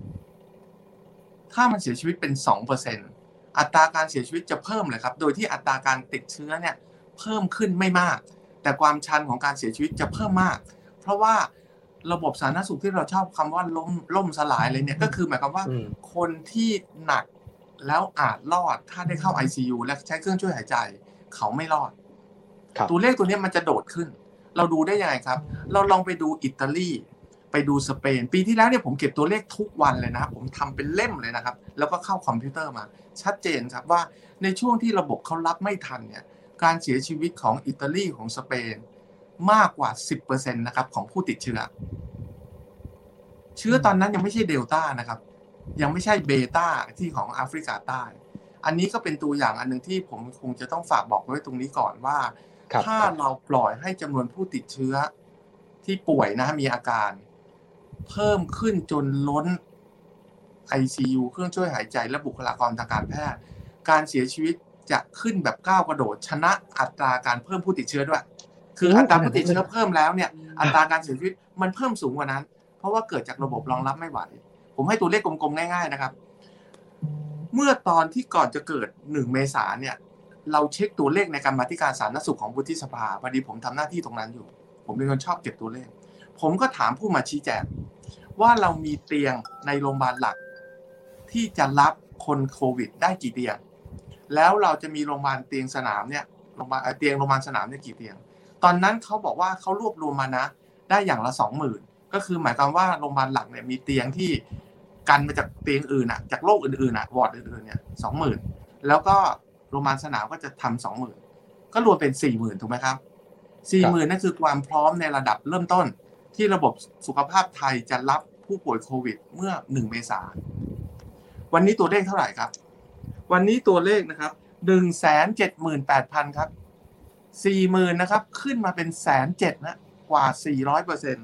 ถ้ามันเสียชีวิตเป็น สองเปอร์เซ็นต์ อัตราการเสียชีวิตจะเพิ่มเลยครับโดยที่อัตราการติดเชื้อเนี่ยเพิ่มขึ้นไม่มากแต่ความชันของการเสียชีวิตจะเพิ่มมากเพราะว่าระบบสาธารณสุขที่เราชอบคำว่าล้มล่มสลายเลยเนี่ยก็คือหมายความว่าคนที่หนักแล้วอาจรอดถ้าได้เข้า ไอ ซี ยู และใช้เครื่องช่วยหายใจเขาไม่รอดตัวเลขตัวนี้มันจะโดดขึ้นเราดูได้ยังไงครับเราลองไปดูอิตาลีไปดูสเปนปีที่แล้วเนี่ยผมเก็บตัวเลขทุกวันเลยนะครับผมทำเป็นเล่มเลยนะครับแล้วก็เข้าคอมพิวเตอร์มาชัดเจนครับว่าในช่วงที่ระบบเขารับไม่ทันเนี่ยการเสียชีวิตของอิตาลีของสเปนมากกว่า สิบเปอร์เซ็นต์ นะครับของผู้ติดเชื้อเชื้อตอนนั้นยังไม่ใช่เดลต้านะครับยังไม่ใช่เบต้าที่ของแอฟริกาใต้อันนี้ก็เป็นตัวอย่างอันนึงที่ผมคงจะต้องฝากบอกไว้ตรงนี้ก่อนว่าถ้าเราปล่อยให้จำนวนผู้ติดเชื้อที่ป่วยนะมีอาการเพิ่มขึ้นจนล้น ไอ ซี ยู เครื่องช่วยหายใจและบุคลากรทางการแพทย์การเสียชีวิตจะขึ้นแบบก้าวกระโดดชนะอัตราการเพิ่มผู้ติดเชื้อด้วยคืออัตราผู้ติดเชื้อเพิ่มแล้วเนี่ยอัตราการเสียชีวิตมันเพิ่มสูงกว่านั้นเพราะว่าเกิดจากระบบรองรับไม่ไหวผมให้ตัวเลขกลมๆง่ายๆนะครับเมื่อตอนที่ก่อนจะเกิดหนึ่งเมษายนเนี่ยเราเช็คตัวเลขในกรรมาธิการสาธารณสุขของวุฒิสภาพอดีผมทำหน้าที่ตรงนั้นอยู่ผมเป็นคนชอบเก็บตัวเลขผมก็ถามผู้มาชี้แจงว่าเรามีเตียงในโรงพยาบาลหลักที่จะรับคนโควิดได้กี่เตียงแล้วเราจะมีโรงพยาบาลเตียงสนามเนี่ยโรงพยาบาลเตียงโรงพยาบาลสนามเนี่ยกี่เตียงตอนนั้นเขาบอกว่าเขารวบรวมมานะได้อย่างละ สองหมื่น ก็คือหมายความว่าโรงพยาบาลหลักเนี่ยมีเตียงที่กันมาจากเตียงอื่นอ่ะจากโรคอื่นๆอ่ะวอร์ดอื่นๆเนี่ย สองหมื่น แล้วก็โรงพยาบาลสนามก็จะทำ สองหมื่น ก็รวมเป็น สี่หมื่น ถูกไหมครับ สี่หมื่น นั่นคือความพร้อมในระดับเริ่มต้นที่ระบบสุขภาพไทยจะรับผู้ป่วยโควิดเมื่อหนึ่งเมษายนวันนี้ตัวเลขเท่าไหร่ครับวันนี้ตัวเลขนะครับ หนึ่งแสนเจ็ดหมื่นแปดพัน ครับ สี่หมื่น นะครับขึ้นมาเป็น หนึ่งแสนเจ็ดหมื่น นะกว่า สี่ร้อยเปอร์เซ็นต์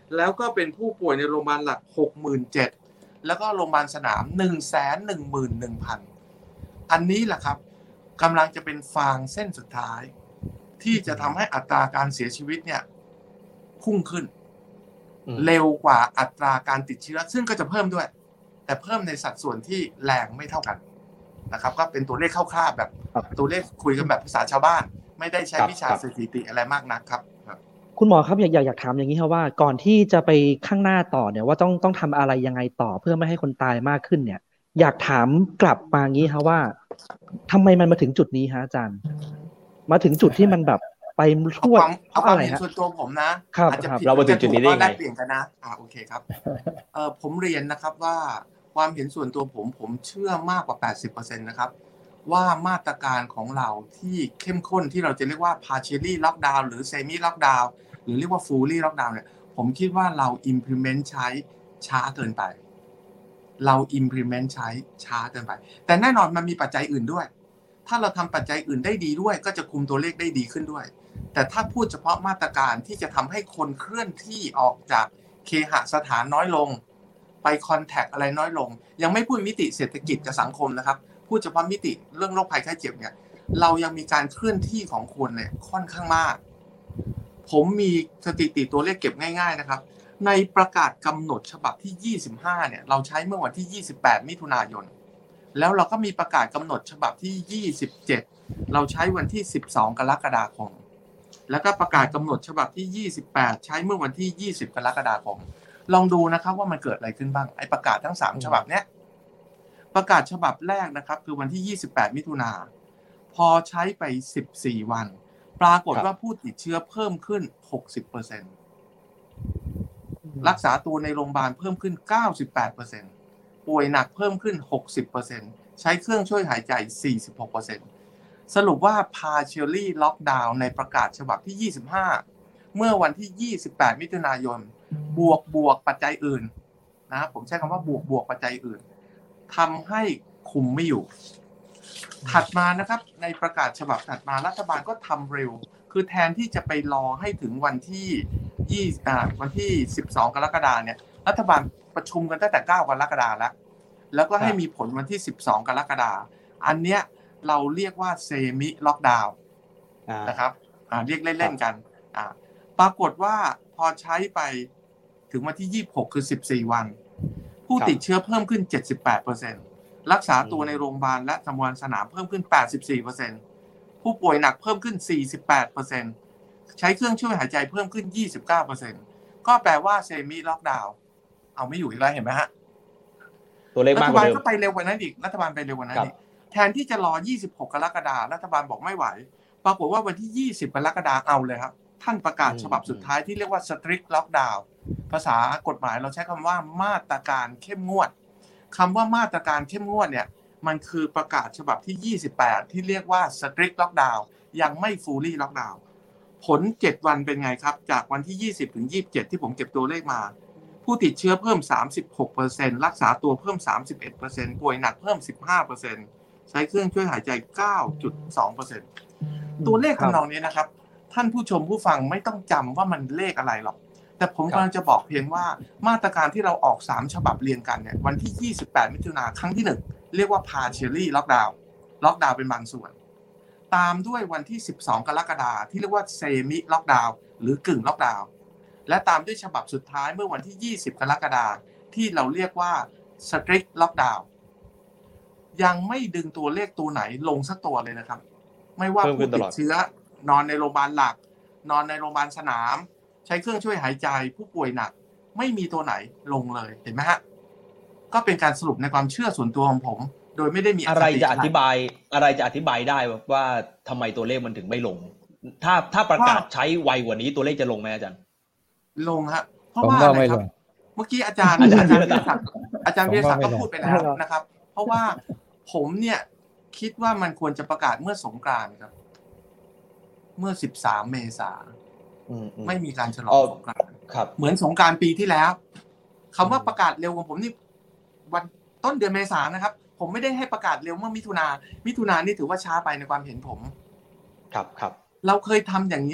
แล้วก็เป็นผู้ป่วยในโรงพยาบาลหลัก หกหมื่นเจ็ดพัน แล้วก็โรงพยาบาลสนาม หนึ่งแสนหนึ่งหมื่นหนึ่งพัน อันนี้แหละครับกำลังจะเป็นฟางเส้นสุดท้ายที่จะทำให้อัตราการเสียชีวิตเนี่ยพุ่งขึ้นเร็วกว่าอัตราการติดเชื้อซึ่งก็จะเพิ่มด้วยแต่เพิ่มในสัดส่วนที่แรงไม่เท่ากันนะครับก็เป็นตัวเลขคร่าวๆแบบตัวเลขคุยกันแบบภาษาชาวบ้านไม่ได้ใช้วิชาสถิติอะไรมากนักครับคุณหมอครับอยากอยากอยากถามอย่างนี้ครับว่าก่อนที่จะไปข้างหน้าต่อเนี่ยว่าต้องต้องทำอะไรยังไงต่อเพื่อไม่ให้คนตายมากขึ้นเนี่ยอยากถามกลับมางี้ครับว่าทำไมมันมาถึงจุดนี้ฮะอาจารย์มาถึงจุดที่มันแบบไปทั่วเอาความเห็นส่วนตัวผมนะอาจจะผิดเรามาถึงจุดนี้ได้ไงได้เปลี่ยนกันนะอ่าโอเคครับเอ่อผมเรียนนะครับว่าความเห็นส่วนตัวผมผมเชื่อมากกว่า แปดสิบเปอร์เซ็นต์ นะครับว่ามาตรการของเราที่เข้มข้นที่เราจะเรียกว่า partially lockdown หรือ semi lockdown หรือเรียกว่า fully lockdown เนี่ยผมคิดว่าเรา implement ใช้ช้าเกินไปเรา implement ใช้ช้าเกินไปแต่แน่นอนมันมีปัจจัยอื่นด้วยถ้าเราทำปัจจัยอื่นได้ดีด้วยก็จะคุมตัวเลขได้ดีขึ้นด้วยแต่ถ้าพูดเฉพาะมาตรการที่จะทำให้คนเคลื่อนที่ออกจากเคหสถานน้อยลงไปคอนแทคอะไรน้อยลงยังไม่พูดมิติเศรษฐกิจกับสังคมนะครับพูดเฉพาะมิติเรื่องโรคภัยไข้เจ็บเนี่ยเรายังมีการเคลื่อนที่ของคนเนี่ยค่อนข้างมากผมมีสถิติตัวเลขเก็บง่ายๆนะครับในประกาศกำหนดฉบับที่ยี่สิบห้าเนี่ยเราใช้เมื่อวันที่ยี่สิบแปดมิถุนายนแล้วเราก็มีประกาศกำหนดฉบับที่ยี่สิบเจ็ดเราใช้วันที่สิบสองกรกฎาคมแล้วก็ประกาศกำหนดฉบับที่ยี่สิบแปดใช้เมื่อวันที่ยี่สิบกรกฎาคมลองดูนะครับว่ามันเกิดอะไรขึ้นบ้างไอ้ประกาศทั้งสามฉบับเนี้ยประกาศฉบับแรกนะครับคือวันที่ยี่สิบแปดมิถุนาพอใช้ไปสิบสี่วันปรากฏว่าผู้ติดเชื้อเพิ่มขึ้น หกสิบเปอร์เซ็นต์ รักษาตัวในโรงพยาบาลเพิ่มขึ้น เก้าสิบแปดเปอร์เซ็นต์ ป่วยหนักเพิ่มขึ้น หกสิบเปอร์เซ็นต์ ใช้เครื่องช่วยหายใจ สี่สิบหกเปอร์เซ็นต์ สรุปว่า partially lockdown ในประกาศฉบับที่ยี่สิบห้าเมื่อวันที่ยี่สิบแปดมิถุนายนบวกบวกปัจจัยอื่นนะผมใช้คำว่าบวกบวกปัจจัยอื่นทำให้คุมไม่อยู่ถัดมานะครับในประกาศฉบับถัดมารัฐบาลก็ทำเร็วคือแทนที่จะไปรอให้ถึงวันที่ยี่อ่าวันที่สิบสองกรกฎาคมเนี่ยรัฐบาลประชุมกันตั้งแต่เก้ากรกฎาคมแล้วแล้วก็ให้มีผลวันที่สิบสองกรกฎาคมอันเนี้ยเราเรียกว่าเซมิล็อกดาวน์นะครับอ่าเรียกเล่นๆกันอ่าปรากฏว่าพอใช้ไปถึงวันที่ยี่สิบหกคือสิบสี่วันผู้ติดเชื้อเพิ่มขึ้น เจ็ดสิบแปดเปอร์เซ็นต์ รักษาตัวในโรงพยาบาลและโรงพยาบาลสนามเพิ่มขึ้น แปดสิบสี่เปอร์เซ็นต์ ผู้ป่วยหนักเพิ่มขึ้น สี่สิบแปดเปอร์เซ็นต์ ใช้เครื่องช่วยหายใจเพิ่มขึ้น ยี่สิบเก้าเปอร์เซ็นต์ ก็แปลว่าเซมิล็อกดาวน์เอาไม่อยู่อีกแล้วเห็นไหมฮะตัวเลขมากกว่าเดิมรัฐบาลก็ไปเร็วกว่านั้นอีกรัฐบาลไปเร็วกว่านั้นอีกแทนที่จะรอยี่สิบหกกรกฎาคมรัฐบาลบอกไม่ไหวปรากฏว่าวันที่ยี่สิบกรกฎาคมเอาเลยครับท่านประกาศฉบับสุดท้ายที่เรียกว่า strict lockdown ภาษากฎหมายเราใช้คำว่ามาตรการเข้มงวดคำว่ามาตรการเข้มงวดเนี่ยมันคือประกาศฉบับที่ยี่สิบแปดที่เรียกว่า strict lockdown ยังไม่ fully lockdown ผลเจ็ดวันเป็นไงครับจากวันที่ยี่สิบถึงยี่สิบเจ็ดที่ผมเก็บตัวเลขมาผู้ติดเชื้อเพิ่ม สามสิบหกเปอร์เซ็นต์ รักษาตัวเพิ่ม สามสิบเอ็ดเปอร์เซ็นต์ ป่วยหนักเพิ่ม สิบห้าเปอร์เซ็นต์ ใช้เครื่องช่วยหายใจ เก้าจุดสองเปอร์เซ็นต์ ตัวเลขทำนองนี้นะครับท่านผู้ชมผู้ฟังไม่ต้องจำว่ามันเลขอะไรหรอกแต่ผมกำลังจะบอกเพียงว่ามาตรการที่เราออกสามฉบับเรียงกันเนี่ยวันที่ยี่สิบแปดมิถุนายนครั้งที่หนึ่งเรียกว่า partially lockdown ล็อกดาวน์เป็นบางส่วนตามด้วยวันที่สิบสองกรกฎาคมที่เรียกว่า semi lockdown หรือกึ่งล็อกดาวน์และตามด้วยฉบับสุดท้ายเมื่อวันที่ยี่สิบกรกฎาคมที่เราเรียกว่า strict lockdown ยังไม่ดึงตัวเลขตัวไหนลงสักตัวเลยนะครับไม่ว่าผู้ติดเชื้อนอนในโรงพยาบาลหลักนอนในโรงพยาบาลสนามใช้เครื่องช่วยหายใจผู้ป่วยหนักไม่มีตัวไหนลงเลยเห็นไหมฮะก็เป็นการสรุปในความเชื่อส่วนตัวของผมโดยไม่ได้มีอะไรจะอธิบายอะไรจะอธิบายได้ว่าทำไมตัวเลขมันถึงไม่ลงถ้าถ้าประกาศใช้ไวกว่านี้ตัวเลขจะลงไหมอาจารย์ลงฮะเพราะว่าอะไรครับเมื่อกี้อาจารย์อาจารย์วิทยาศักดิ์อาจารย์วิทยาศักดิ์ก็พูดไปแล้วนะครับเพราะว่าผมเนี่ยคิดว่ามันควรจะประกาศเมื่อสงกรานต์ครับเมื่อสิบสามเมษายนไม่มีการฉลองสงกรานต์เหมือนสงกรานต์ปีที่แล้วคำว่าประกาศเร็วของผมนี่วันต้นเดือนเมษายนนะครับผมไม่ได้ให้ประกาศเร็วเมื่อมิถุนามิถุนานี่ถือว่าช้าไปในความเห็นผมครับครับเราเคยทำอย่างเงี้ย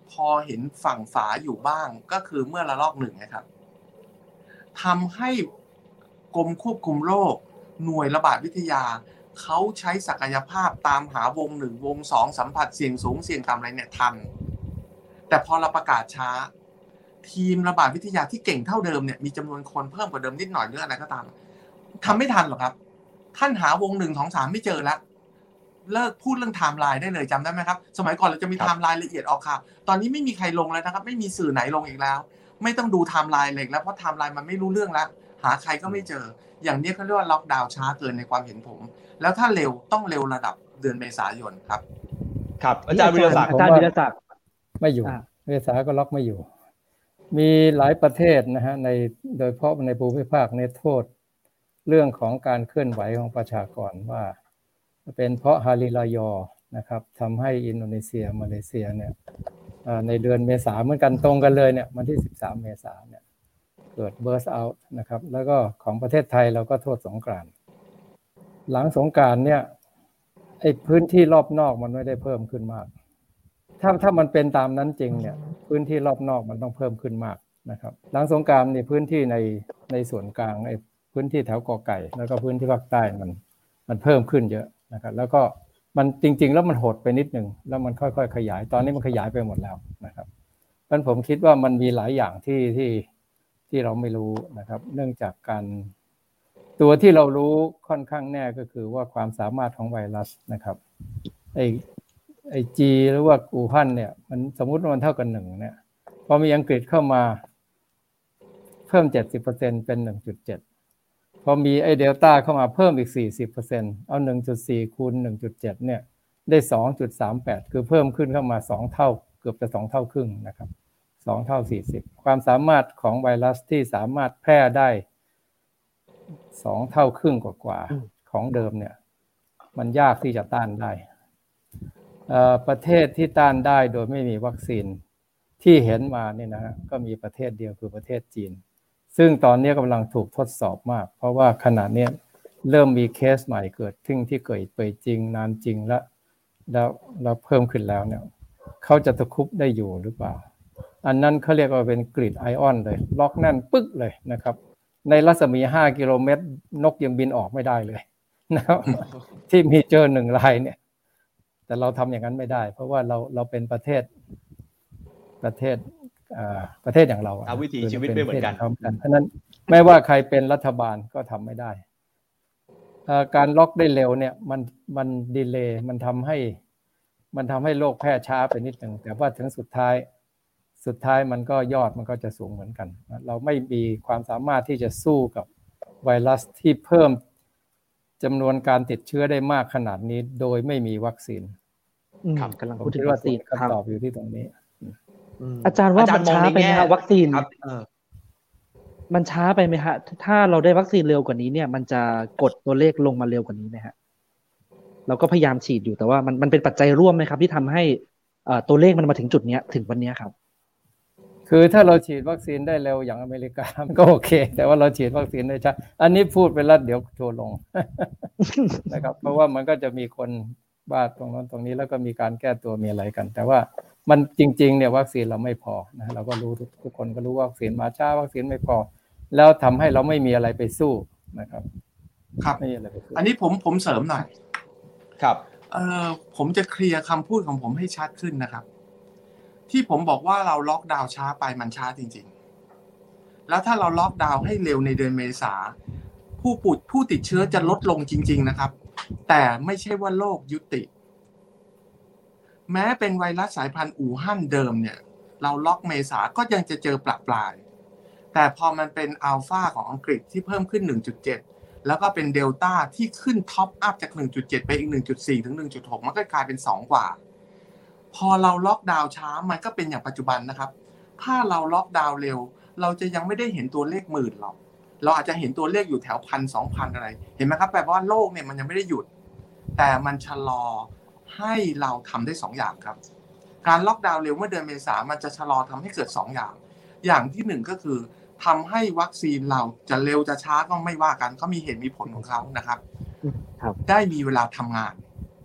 พอเห็นฝั่งฝาอยู่บ้างก็คือเมื่อระลอกหนึ่งนะครับทำให้กรมควบคุมโรคหน่วยระบาดวิทยาเขาใช้ศักยภาพตามหาวงหนึ่งวงสองสัมผัสเสี่ยงสูงเสี่ยงต่ำอะไรเนี่ยทันแต่พอเราประกาศช้าทีมระบาดวิทยาที่เก่งเท่าเดิมเนี่ยมีจำนวนคนเพิ่มกว่าเดิมนิดหน่อยหรืออะไรก็ตามทำไม่ทันหรอกครับท่านหาวงหนึ่งของสามไม่เจอแล้วเลิกพูดเรื่องไทม์ไลน์ได้เลยจำได้ไหมครับสมัยก่อนเราจะมีไทม์ไลน์ละเอียดออกข่าวตอนนี้ไม่มีใครลงแล้วนะครับไม่มีสื่อไหนลงอีกแล้วไม่ต้องดูไทม์ไลน์เลยแล้วเพราะไทม์ไลน์มันไม่รู้เรื่องแล้วหาใครก็ไม่เจออย่างนี้เขาเรียกว่าล็อกดาวน์ช้าเกินในความเห็นผมแล้วถ้าเร็วต้องเร็วระดับเดือนเมษายนครับครับอาจารย์วิรศักดิ์อาจารย์วิรศักดิ์ไม่อยู่เมษาก็ล็อกไม่อยู่มีหลายประเทศนะฮะในโดยเฉพาะในภูมิภาคในโทษเรื่องของการเคลื่อนไหวของประชากรว่าเป็นเพราะฮาริรายอนะครับทำให้อินโดนีเซียมาเลเซียเนี่ยในเดือนเมษาเหมือนกันตรงกันเลยเนี่ยวันที่สิบสามเมษายนเนี่ยเกิดเบิร์สเอาท์นะครับแล้วก็ของประเทศไทยเราก็โทษสงกรานต์หลังสงกรานต์เนี่ยไอ้พื้นที่รอบนอกมันไม่ได้เพิ่มขึ้นมากถ้าถ้ามันเป็นตามนั้นจริงเนี่ยพื้นที่รอบนอกมันต้องเพิ่มขึ้นมากนะครับหลังสงกรานต์เนี่ยพื้นที่ในในส่วนกลางไอ้พื้นที่แถวกอไก่แล้วก็พื้นที่ภาคใต้มันมันเพิ่มขึ้นเยอะนะครับแล้วก็มันจริงๆแล้วมันหดไปนิดนึงแล้วมันค่อยๆขยายตอนนี้มันขยายไปหมดแล้วนะครับเพราะฉะนั้นผมคิดว่ามันมีหลายอย่างที่ที่ที่เราไม่รู้นะครับเนื่องจากการตัวที่เรารู้ค่อนข้างแน่ก็คือว่าความสามารถของไวรัสนะครับไอ้ไอ้จีหรือว่าอู่ฮั่นเนี่ยมันสมมุติว่ามันเท่ากันหนึ่งเนี่ยพอมีอังกฤษเข้ามาเพิ่ม เจ็ดสิบเปอร์เซ็นต์ เป็น หนึ่งจุดเจ็ด พอมีไอ้เดลต้าเข้ามาเพิ่มอีก สี่สิบเปอร์เซ็นต์ เอา หนึ่งจุดสี่ คูณ หนึ่งจุดเจ็ด เนี่ยได้ สองจุดสามแปด คือเพิ่มขึ้นเข้ามาสองเท่าเกือบจะสองเท่าครึ่งนะครับสองเท่าสี่สิบความสามารถของไวรัสที่สามารถแพร่ได้สองเท่าครึ่งกว่าๆของเดิมเนี่ยมันยากที่จะต้านได้ประเทศที่ต้านได้โดยไม่มีวัคซีนที่เห็นมาเนี่ยนะฮะก็มีประเทศเดียวคือประเทศจีนซึ่งตอนนี้กำลังถูกทดสอบมากเพราะว่าขณะนี้เริ่มมีเคสใหม่เกิดขึ้นที่เกิดไปจริงนานจริงแล้วแล้วแล้วเพิ่มขึ้นแล้วเนี่ยเขาจะตะคุบได้อยู่หรือเปล่าอันนั้นเขาเรียกว่าเป็นกริดไอออนเลยล็อกแน่นปึ๊กเลยนะครับในรัศมีห้ากิโลเมตรนกยังบินออกไม่ได้เลยนะครับ ที่มีเจอหนึ่งรายเนี่ยแต่เราทำอย่างนั้นไม่ได้เพราะว่าเราเราเป็นประเทศประเทศอ่าประเทศอย่างเราเอาวิถีชีวิตไม่เหมือนกันเพราะนั้นไม่ว่าใครเป็นรัฐบาลก็ทำไม่ได้การล็อกได้เร็วเนี่ยมันมันดีเลย์มันทำให้มันทำให้โรคแพร่ช้าไปนิดนึงแต่ว่าถึงสุดท้ายสุดท้ายมันก็ยอดมันก็จะสูงเหมือนกันเราไม่มีความสามารถที่จะสู้กับไวรัสที่เพิ่มจำนวนการติดเชื้อได้มากขนาดนี้โดยไม่มีวัคซีนครับกำลังพูดถึงวัคซีนคำตอบอยู่ที่ตรงนี้อาจารย์ว่ามันช้าไปไหมฮะวัคซีนมันช้าไปไหมฮะถ้าเราได้วัคซีนเร็วกว่านี้เนี่ยมันจะกดตัวเลขลงมาเร็วกว่านี้ไหมฮะเราก็พยายามฉีดอยู่แต่ว่ามันมันเป็นปัจจัยร่วมไหมครับที่ทำให้ตัวเลขมันมาถึงจุดนี้ถึงวันนี้ครับคือถ้าเราฉีดวัคซีนได้เร็วอย่างอเมริกามันก็โอเคแต่ว่าเราฉีดวัคซีนได้ช้าอันนี้พูดไปแล้วเดี๋ยวทัวร์ลง นะครับเพราะว่ามันก็จะมีคนบ้าตรงนั้นตรงนี้แล้วก็มีการแก้ตัวมีอะไรกันแต่ว่ามันจริงๆเนี่ยวัคซีนเราไม่พอนะเราก็รู้ทุกทุกคนก็รู้ว่าวัคซีนมาช้าวัคซีนไม่พอแล้วทำให้เราไม่มีอะไรไปสู้นะครับครับไม่มีอะไรไปสู้อันนี้ผมผมเสริมหน่อยครับเอ่อผมจะเคลียร์คำพูดของผมให้ชัดขึ้นนะครับที่ผมบอกว่าเราล็อกดาวน์ช้าไปมันช้าจริงๆแล้วถ้าเราล็อกดาวน์ให้เร็วในเดือนเมษาผู้ป่วยผู้ติดเชื้อจะลดลงจริงๆนะครับแต่ไม่ใช่ว่าโลกยุติแม้เป็นไวรัสสายพันธุ์อู่ฮั่นเดิมเนี่ยเราล็อกเมษาก็ยังจะเจอปรับปลายแต่พอมันเป็นอัลฟาของอังกฤษที่เพิ่มขึ้น หนึ่งจุดเจ็ด แล้วก็เป็นเดลต้าที่ขึ้นท็อปอัพจาก หนึ่งจุดเจ็ด ไปอีก หนึ่งจุดสี่ ถึง หนึ่งจุดหก มันก็กลายเป็นสองกว่าพอเราล็อกดาวน์ช้ามันก็เป็นอย่างปัจจุบันนะครับถ้าเราล็อกดาวน์เร็วเราจะยังไม่ได้เห็นตัวเลขหมื่นหรอกเราอาจจะเห็นตัวเลขอยู่แถว หนึ่งพัน สองพัน อะไรเห็นไหมครับแปลว่าโลกเนี่ยมันยังไม่ได้หยุดแต่มันชะลอให้เราทำได้สองอย่างครับการล็อกดาวน์เร็วเมื่อเดือนเมษามันจะชะลอทำให้เกิดสองอย่างอย่างที่หนึ่งก็คือทำให้วัคซีนเราจะเร็วจะช้าก็ไม่ว่ากันเขามีเหตุมีผลของเขานะครับได้มีเวลาทำงาน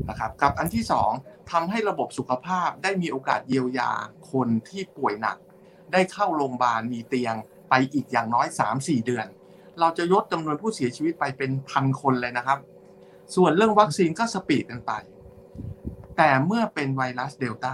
นะครับกับอันที่สองทำให้ระบบสุขภาพได้มีโอกาสเยียวยาคนที่ป่วยหนักได้เข้าโรงพยาบาลมีเตียงไปอีกอย่างน้อย สามถึงสี่ เดือนเราจะลดจำนวนผู้เสียชีวิตไปเป็นพันคนเลยนะครับส่วนเรื่องวัคซีนก็สปีดกันไปแต่เมื่อเป็นไวรัสเดลต้า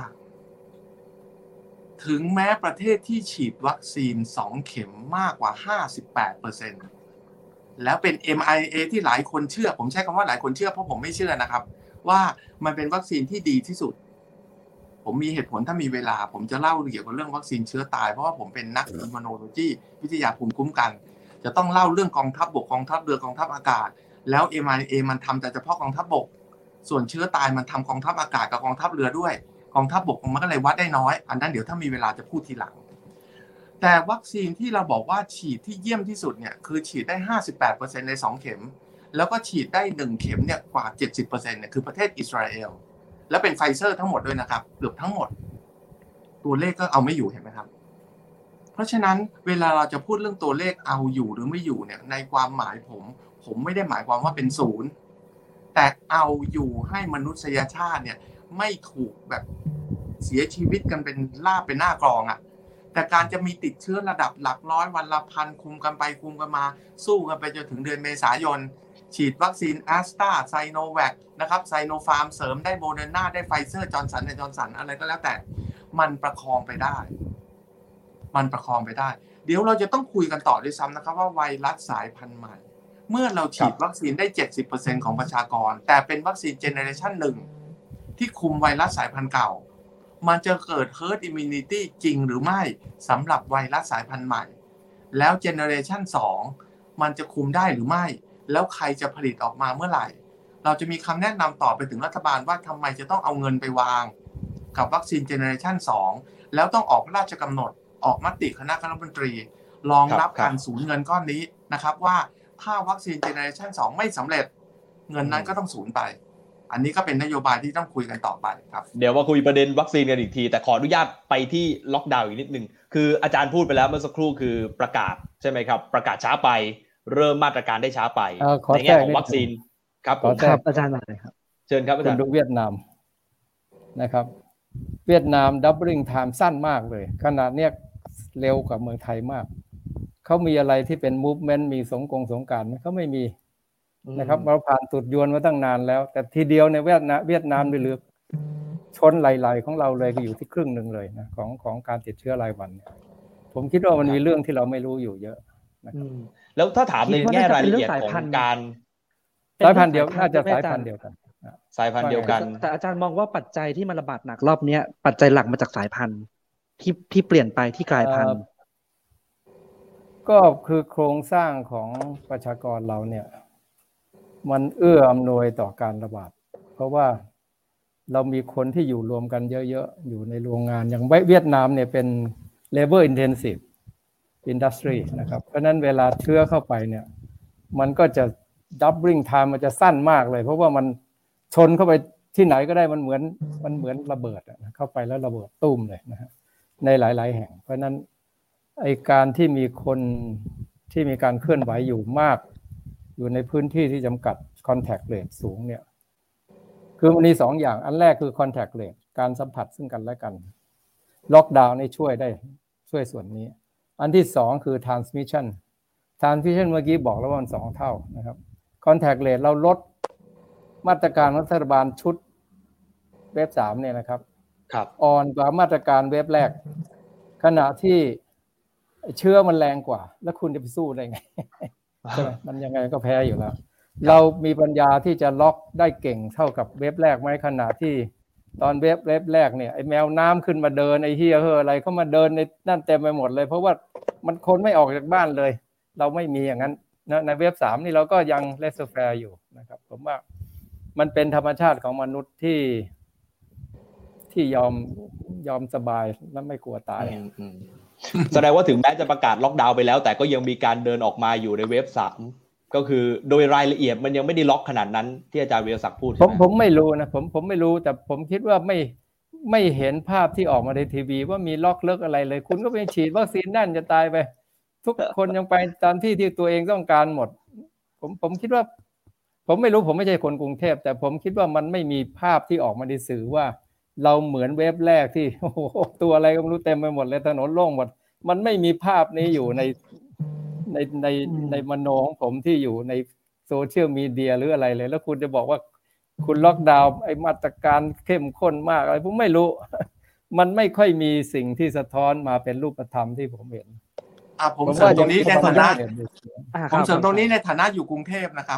ถึงแม้ประเทศที่ฉีดวัคซีนสองเข็มมากกว่า ห้าสิบแปดเปอร์เซ็นต์ แล้วเป็น เอ็ม ไอ เอ ที่หลายคนเชื่อผมใช้คำว่าหลายคนเชื่อเพราะผมไม่เชื่อนะครับว่ามันเป็นวัคซีนที่ดีที่สุดผมมีเหตุผลถ้ามีเวลาผมจะเล่าเกี่ยวกับเรื่องวัคซีนเชื้อตายเพราะว่าผมเป็นนักอิมมูโนโลจีวิทยาภูมิคุ้มกันจะต้องเล่าเรื่องกองทัพบกกองทัพเรือกองทัพอากาศแล้ว เอ็ม ไอ เอ มันทำแต่เฉพาะกองทัพบกส่วนเชื้อตายมันทำกองทัพอากาศกับกองทัพเรือด้วยกองทัพบกมันก็เลยวัดได้น้อยอันนั้นเดี๋ยวถ้ามีเวลาจะพูดทีหลังแต่วัคซีนที่เราบอกว่าฉีดที่เยี่ยมที่สุดเนี่ยคือฉีดได้ ห้าสิบแปดเปอร์เซ็นต์ ในสองเข็มแล้วก็ฉีดได้หนึ่งเข็มเนี่ยกว่า เจ็ดสิบเปอร์เซ็นต์ เนี่ยคือประเทศอิสราเอลและเป็นไฟเซอร์ทั้งหมดด้วยนะครับเกือบทั้งหมดตัวเลขก็เอาไม่อยู่เห็นไหมครับเพราะฉะนั้นเวลาเราจะพูดเรื่องตัวเลขเอาอยู่หรือไม่อยู่เนี่ยในความหมายผมผมไม่ได้หมายความว่าเป็นศูนย์แต่เอาอยู่ให้มนุษยชาติเนี่ยไม่ถูกแบบเสียชีวิตกันเป็นลาบเป็นหน้ากรองอ่ะแต่การจะมีติดเชื้อระดับหลักร้อยวันละพันคุมกันไปคุมกันมาสู้กันไปจนถึงเดือนเมษายนฉีดวัคซีนแอสตราไซโนแวคนะครับไซโนฟาร์มเสริมได้โมเดอร์นาได้ไฟเซอร์จอร์นสันและจอร์นสันอะไรก็แล้วแต่มันประคองไปได้มันประคองไปได้เดี๋ยวเราจะต้องคุยกันต่อด้วยซ้ำนะครับว่าไวรัสสายพันธุ์ใหม่เมื่อเราฉีดวัคซีนได้ เจ็ดสิบเปอร์เซ็นต์ ของประชากรแต่เป็นวัคซีนเจเนอเรชันหนึ่งที่คุมไวรัสสายพันธุ์เก่ามันจะเกิด herd immunity จริงหรือไม่สำหรับไวรัสสายพันธุ์ใหม่แล้วเจเนอเรชันสองมันจะคุมได้หรือไม่แล้วใครจะผลิตออกมาเมื่อไหร่เราจะมีคำแนะนำต่อไปถึงรัฐบาลว่าทำไมจะต้องเอาเงินไปวางกับวัคซีนเจเนอเรชันสองแล้วต้องออกพระราชกำหนดออกมติคณะคณะรัฐมนตรีรองรับการสูญเงินก้อนนี้นะครับว่าถ้าวัคซีนเจเนอเรชันสองไม่สำเร็จเงินนั้นก็ต้องสูญไปอันนี้ก็เป็นนโยบายที่ต้องคุยกันต่อไปครับเดี๋ยวมาคุยประเด็นวัคซีนกันอีกทีแต่ขออนุญาตไปที่ล็อกดาวน์อีกนิดนึงคืออาจารย์พูดไปแล้วเมื่อสักครู่คือประกาศใช่ไหมครับประกาศช้าไปเริ่มมาตรการได้ช้าไปในแง่ของวัคซีนครับผมครับอาจารย์มาเลยครับเชิญครับอาจารย์ดูเวียดนามนะครับเวียดนาม doubling time สั้นมากเลยขนาดเนี้ยเร็วกว่าเมืองไทยมากเขามีอะไรที่เป็น movement มีสงกงสงกรานต์มั้ยเขาไม่มีนะครับเราผ่านตุดยวนมาตั้งนานแล้วแต่ทีเดียวในเวียดนามเวียดนามนี่เหลือชนไหลๆของเราเลยก็อยู่ที่ครึ่งนึงเลยนะของของการติดเชื้อรายวันเนี่ยผมคิดว่ามันมีเรื่องที่เราไม่รู้อยู่เยอะนะครับแล้วถ้าถามในแง่รายละเอียดของการสายพันธุ์เดียวน่าจะสายพันธุ์เดียวกันสายพันธุ์เดียวกันแต่อาจารย์มองว่าปัจจัยที่มันระบาดหนักรอบนี้ปัจจัยหลักมาจากสายพันธุ์ที่ที่เปลี่ยนไปที่กลายพันธุ์ก็คือโครงสร้างของประชากรเราเนี่ยมันเอื้ออำนวยต่อการระบาดเพราะว่าเรามีคนที่อยู่รวมกันเยอะๆอยู่ในโรงงานอย่างเวียดนามเนี่ยเป็น labor intensive industry นะครับเพราะนั้นเวลาเชื้อเข้าไปเนี่ยมันก็จะ doubling time มันจะสั้นมากเลยเพราะว่ามันชนเข้าไปที่ไหนก็ได้มันเหมือนมันเหมือนระเบิดเข้าไปแล้วระเบิดตุ้มเลยนะฮะในหลายๆแห่งเพราะนั้นไอการที่มีคนที่มีการเคลื่อนไหวอยู่มากอยู่ในพื้นที่ที่จำกัด contact rate สูงเนี่ยคือมันมีสองอย่างอันแรกคือ contact rate การสัมผัสซึ่งกันและกันล็อกดาวน์นี่ช่วยได้ช่วยส่วนนี้อันที่สองคือ transmission transmission เมื่อกี้บอกแล้วว่ามันสองเท่านะครับ contact rate เราลดมาตรการรัฐบาลชุดเวฟสามเนี่ยนะครับครับอ่อนกว่ามาตรการเวฟแรกขณะที่เชื้อมันแรงกว่าแล้วคุณจะไปสู้ได้ไงใช่ไหมมันยังไงก็แพ้อยู่แล้วเรามีปัญญาที่จะล็อกได้เก่งเท่ากับเวฟแรกไหมขณะที่ตอนเวฟเวฟแรกเนี่ยไอ้แมวน้ำขึ้นมาเดินไอ้เหี้ยเฮ้ออะไรเข้ามาเดินในนั่นเต็มไปหมดเลยเพราะว่ามันคนไม่ออกจากบ้านเลยเราไม่มีอย่างนั้นนะในเวฟสามนี่เราก็ยังเลสแฟร์อยู่นะครับผมว่ามันเป็นธรรมชาติของมนุษย์ที่ที่ยอมยอมสบายและไม่กลัวตายแสดงว่าถึงแม้จะประกาศล็อกดาวน์ไปแล้วแต่ก็ยังมีการเดินออกมาอยู่ในเวฟสามก็คือโดยรายละเอียดมันยังไม่ได้ล็อกขนาดนั้นที่อาจารย์วีรศักดิ์พูดผมผมไม่รู้นะผมผมไม่รู้แต่ผมคิดว่าไม่ไม่เห็นภาพที่ออกมาในทีวีว่ามีล็อกเลิกอะไรเลยคุณก็ไปฉีดวัคซีนนั่นจะตายไปทุกคนยังไปตามที่ที่ตัวเองต้องการหมดผมผมคิดว่าผมไม่รู้ผมไม่ใช่คนกรุงเทพแต่ผมคิดว่ามันไม่มีภาพที่ออกมาในสื่อว่าเราเหมือนเว็บแรกที่โอ้โหตัวอะไรก็ไม่รู้เต็มไปหมดเลยถนนโล่งหมดมันไม่มีภาพนี้อยู่ในในในในมโนของผมที่อยู่ในโซเชียลมีเดียหรืออะไรเลยแล้วคุณจะบอกว่าคุณล็อกดาวน์ไอ้มาตรการเข้มข้นมากอะไรผมไม่รู้มันไม่ค่อยมีสิ่งที่สะท้อนมาเป็นรูปธรรมที่ผมเห็นอ่ะผมเสริมตรงนี้ในฐานะผมเสริมตรงนี้ในฐานะอยู่กรุงเทพนะครับ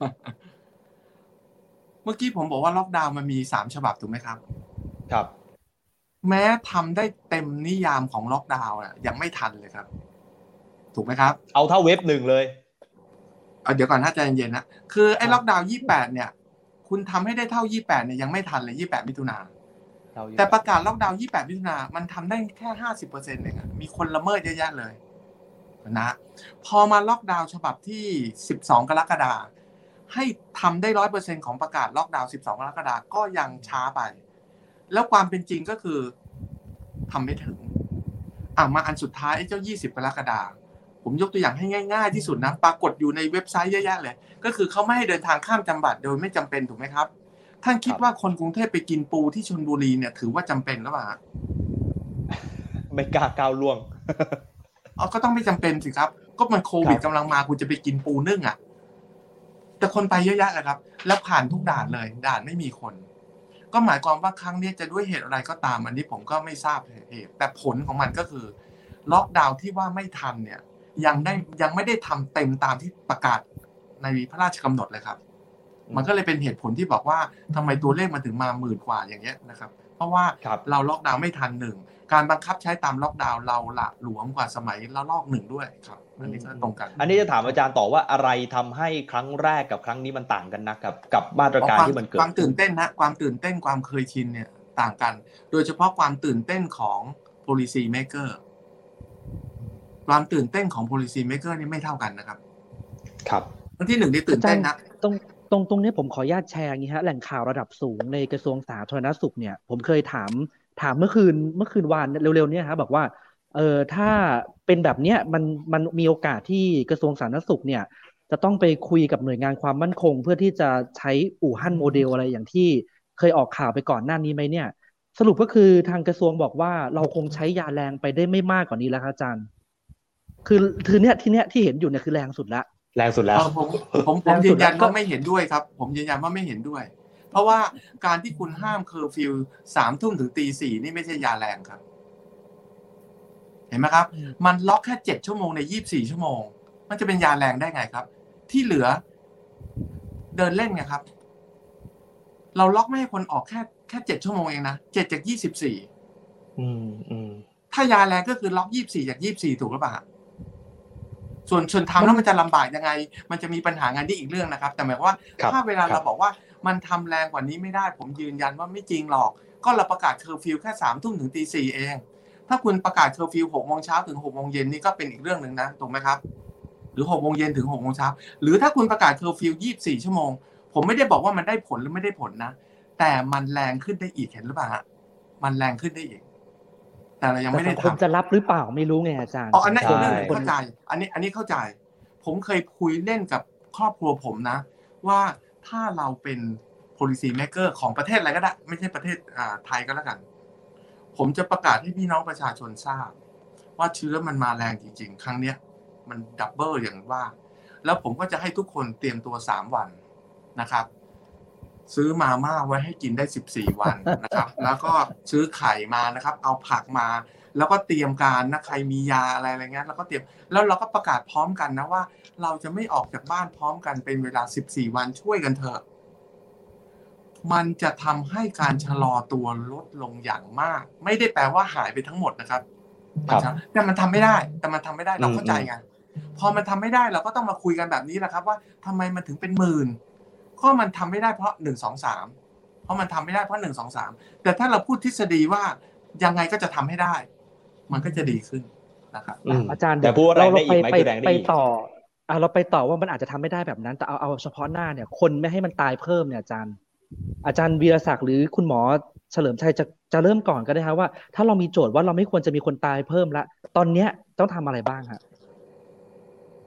เมื่อกี้ผมบอกว่าล็อกดาวน์มันมีสามฉบับถูกไหมครับครับแม้ทำได้เต็มนิยามของล็อกดาวน์อ่ะยังไม่ทันเลยครับถูกไหมครับเอาเท่าเว็บหนึ่งเลยเอาเดี๋ยวก่อนถ้าใจเย็นๆนะคือไอ้ล็อกดาวน์ยี่สิบแปดเนี่ยคุณทำให้ได้เท่ายี่สิบแปดเนี่ยยังไม่ทันเลยยี่สิบแปดมิถุนายนแต่ประกาศล็อกดาวน์ยี่สิบแปดมิถุนายนมันทำได้แค่ ห้าสิบเปอร์เซ็นต์ เองอ่ะมีคนละเมิดเยอะแยะเลยนะพอมาล็อกดาวน์ฉบับที่สิบสองกรกฎาคมให้ทำได้ ร้อยเปอร์เซ็นต์ ของประกาศล็อกดาวน์สิบสองกรกฎาคมก็ยังช้าไปแล้วความเป็นจริงก็คือทำไม่ถึงอ่ะมาอันสุดท้ายไอ้เจ้ายี่สิบกรกฎาคมผมยกตัวอย่างให้ง่ายๆที่สุดนะปรากฏอยู่ในเว็บไซต์เยอะแยะเลยก็คือเขาไม่ให้เดินทางข้ามจังหวัดโดยไม่จำเป็นถูกไหมครับท่านคิดว่าคนกรุงเทพไปกินปูที่ชลบุรีเนี่ยถือว่าจำเป็นหรือเปล่าไม่กล้าก้าวล่วงอ๋อก็ต้องไม่จำเป็นสิครับก็มันโควิดกำลังมาคุณจะไปกินปูนึ่งอ่ะแต่คนไปเยอะแยะเลยครับแล้วผ่านทุกด่านเลยด่านไม่มีคนก็หมายความว่าครั้งนี้จะด้วยเหตุอะไรก็ตามอันนี้ผมก็ไม่ทราบเหตุแต่ผลของมันก็คือล็อกดาวน์ที่ว่าไม่ทันเนี่ยยังได้ยังไม่ได้ทำเต็มตามที่ประกาศในพระราชกำหนดเลยครับมันก็เลยเป็นเหตุผลที่บอกว่าทำไมตัวเลขมันถึงมาหมื่นกว่าอย่างเงี้ยนะครับเพราะว่าเราล็อกดาวน์ไม่ทันหนึ่งการบังคับใช้ตามล็อกดาวน์เราละหลวมกว่าสมัยละลอกหนึ่งด้วยครับอันนี้ก็ตรงกันอันนี้จะถามอาจารย์ต่อว่าอะไรทำให้ครั้งแรกกับครั้งนี้มันต่างกันนะครับกับมาตรการที่มันเกิดความตื่นเต้นนะความตื่นเต้นความเคยชินเนี่ยต่างกันโดยเฉพาะความตื่นเต้นของ policy maker ความตื่นเต้นของ policy maker นี่ไม่เท่ากันนะครับครับอันที่หนึ่งนี่ตื่นเต้นนะตรงตรงตรงนี้ผมขออนุญาตแชร์อย่างนี้ฮะแหล่งข่าวระดับสูงในกระทรวงสาธารณสุขเนี่ยผมเคยถามถามเมื่อคืนเมื่อคืนวานเร็วๆเนี่ยครับบอกว่าเออถ้าเป็นแบบเนี้ยมันมันมีโอกาสที่กระทรวงสาธารณสุขเนี่ยจะต้องไปคุยกับหน่วยงานความมั่นคงเพื่อที่จะใช้อู่ฮั่นโมเดลอะไรอย่างที่เคยออกข่าวไปก่อนหน้านี้ไหมเนี่ยสรุปก็คือทางกระทรวงบอกว่าเราคงใช้ยาแรงไปได้ไม่มากกว่านี้แล้วครับอาจารย์คือคือเนี้ยที่เนี้ยที่เห็นอยู่เนี่ยคือแรงสุดละแรงสุดแล้วผมผมผมยืนยันว่าไม่เห็นด้วยครับผมยืนยันว่าไม่เห็นด้วยเพราะว่าการที่คุณห้ามเคอร์ฟิวสามทุ่มถึงตีสี่นี่ไม่ใช่ยาแรงครับเห็นไหมครับมันล็อกแค่เจ็ดชั่วโมงในยี่สิบสี่ชั่วโมงมันจะเป็นยาแรงได้ไงครับที่เหลือเดินเล่นไงครับเราล็อกไม่ให้คนออกแค่แค่เจ็ดชั่วโมงเองนะเจ็ดจากยี่สิบสี่อืมอืมถ้ายาแรงก็คือล็อกยี่สิบสี่จากยี่สิบสี่ถูกหรือเปล่าส่วนส่วนทำแล้วมันจะลำบากยังไงมันจะมีปัญหางานที่อีกเรื่องนะครับแต่หมายว่าถ้าเวลาเราบอกว่ามันทำแรงกว่านี้ไม่ได้ผมยืนยันว่าไม่จริงหรอกก็เราประกาศเคอร์ฟิวแค่สามทุ่มถึงตีสี่เองถ้าคุณประกาศเคอร์ฟิวหกโมงเช้าถึงหกโมงเย็นนี่ก็เป็นอีกเรื่องนึงนะถูกไหมครับหรือหกโมงเย็นถึงหกโมงเช้าหรือถ้าคุณประกาศเคอร์ฟิวยี่สิบสี่ชั่วโมงผมไม่ได้บอกว่ามันได้ผลหรือไม่ได้ผลนะแต่มันแรงขึ้นได้อีกเห็นหรือเปล่ามันแรงขึ้นได้อีกแต่เรายังไม่ได้ทำคนจะรับหรือเปล่าไม่รู้ไงอาจารย์อ๋ออันนี้เรื่องเข้าใจอันนี้อันนี้เข้าใจผมเคยคุยเล่นกับครอบครัวผมนะว่าถ้าเราเป็น policy maker ของประเทศอะไรก็ได้ไม่ใช่ประเทศไทยก็แล้วกันผมจะประกาศให้พี่น้องประชาชนทราบว่าเชื้อมันมาแรงจริงๆครั้งเนี้ยมันดับเบิลอย่างว่าแล้วผมก็จะให้ทุกคนเตรียมตัวสามวันนะครับซื้อมาม่าไว้ให้กินได้สิบสี่วันนะครับแล้วก็ซื้อไข่มานะครับเอาผักมาแล้วก็เตรียมการนะใครมียาอะไรอะไรเงี้ยแล้วก็เตรียมแล้วเราก็ประกาศพร้อมกันนะว่าเราจะไม่ออกจากบ้านพร้อมกันเป็นเวลาสิบสี่วันช่วยกันเถอะมันจะทำให้การชะลอตัวลดลงอย่างมากไม่ได้แปลว่าหายไปทั้งหมดนะครับแต่มันทำไม่ได้แต่มันทำไม่ได้เราเข้าใจไงพอมันทำไม่ได้เราก็ต้องมาคุยกันแบบนี้แหละครับว่าทำไมมันถึงเป็นหมื่นก็มันทำไม่ได้เพราะหนึ่ง สอง สามเพราะมันทำไม่ได้เพราะหนึ่ง สอง สามแต่ถ้าเราพูดทฤษฎีว่ายังไงก็จะทำให้ได้มันก็จะดีขึ้นนะครับอาจารย์เดี๋ยวเราเราไปไปไปต่ออ่ะเราไปต่อว่ามันอาจจะทำไม่ได้แบบนั้นแต่เอาเอาเฉพาะหน้าเนี่ยคนไม่ให้มันตายเพิ่มเนี่ยอาจารย์อาจารย์วีรศักดิ์หรือคุณหมอเฉลิมชัยจะจะเริ่มก่อนก็ได้ครับว่าถ้าเรามีโจทย์ว่าเราไม่ควรจะมีคนตายเพิ่มละตอนเนี้ยต้องทำอะไรบ้างฮะ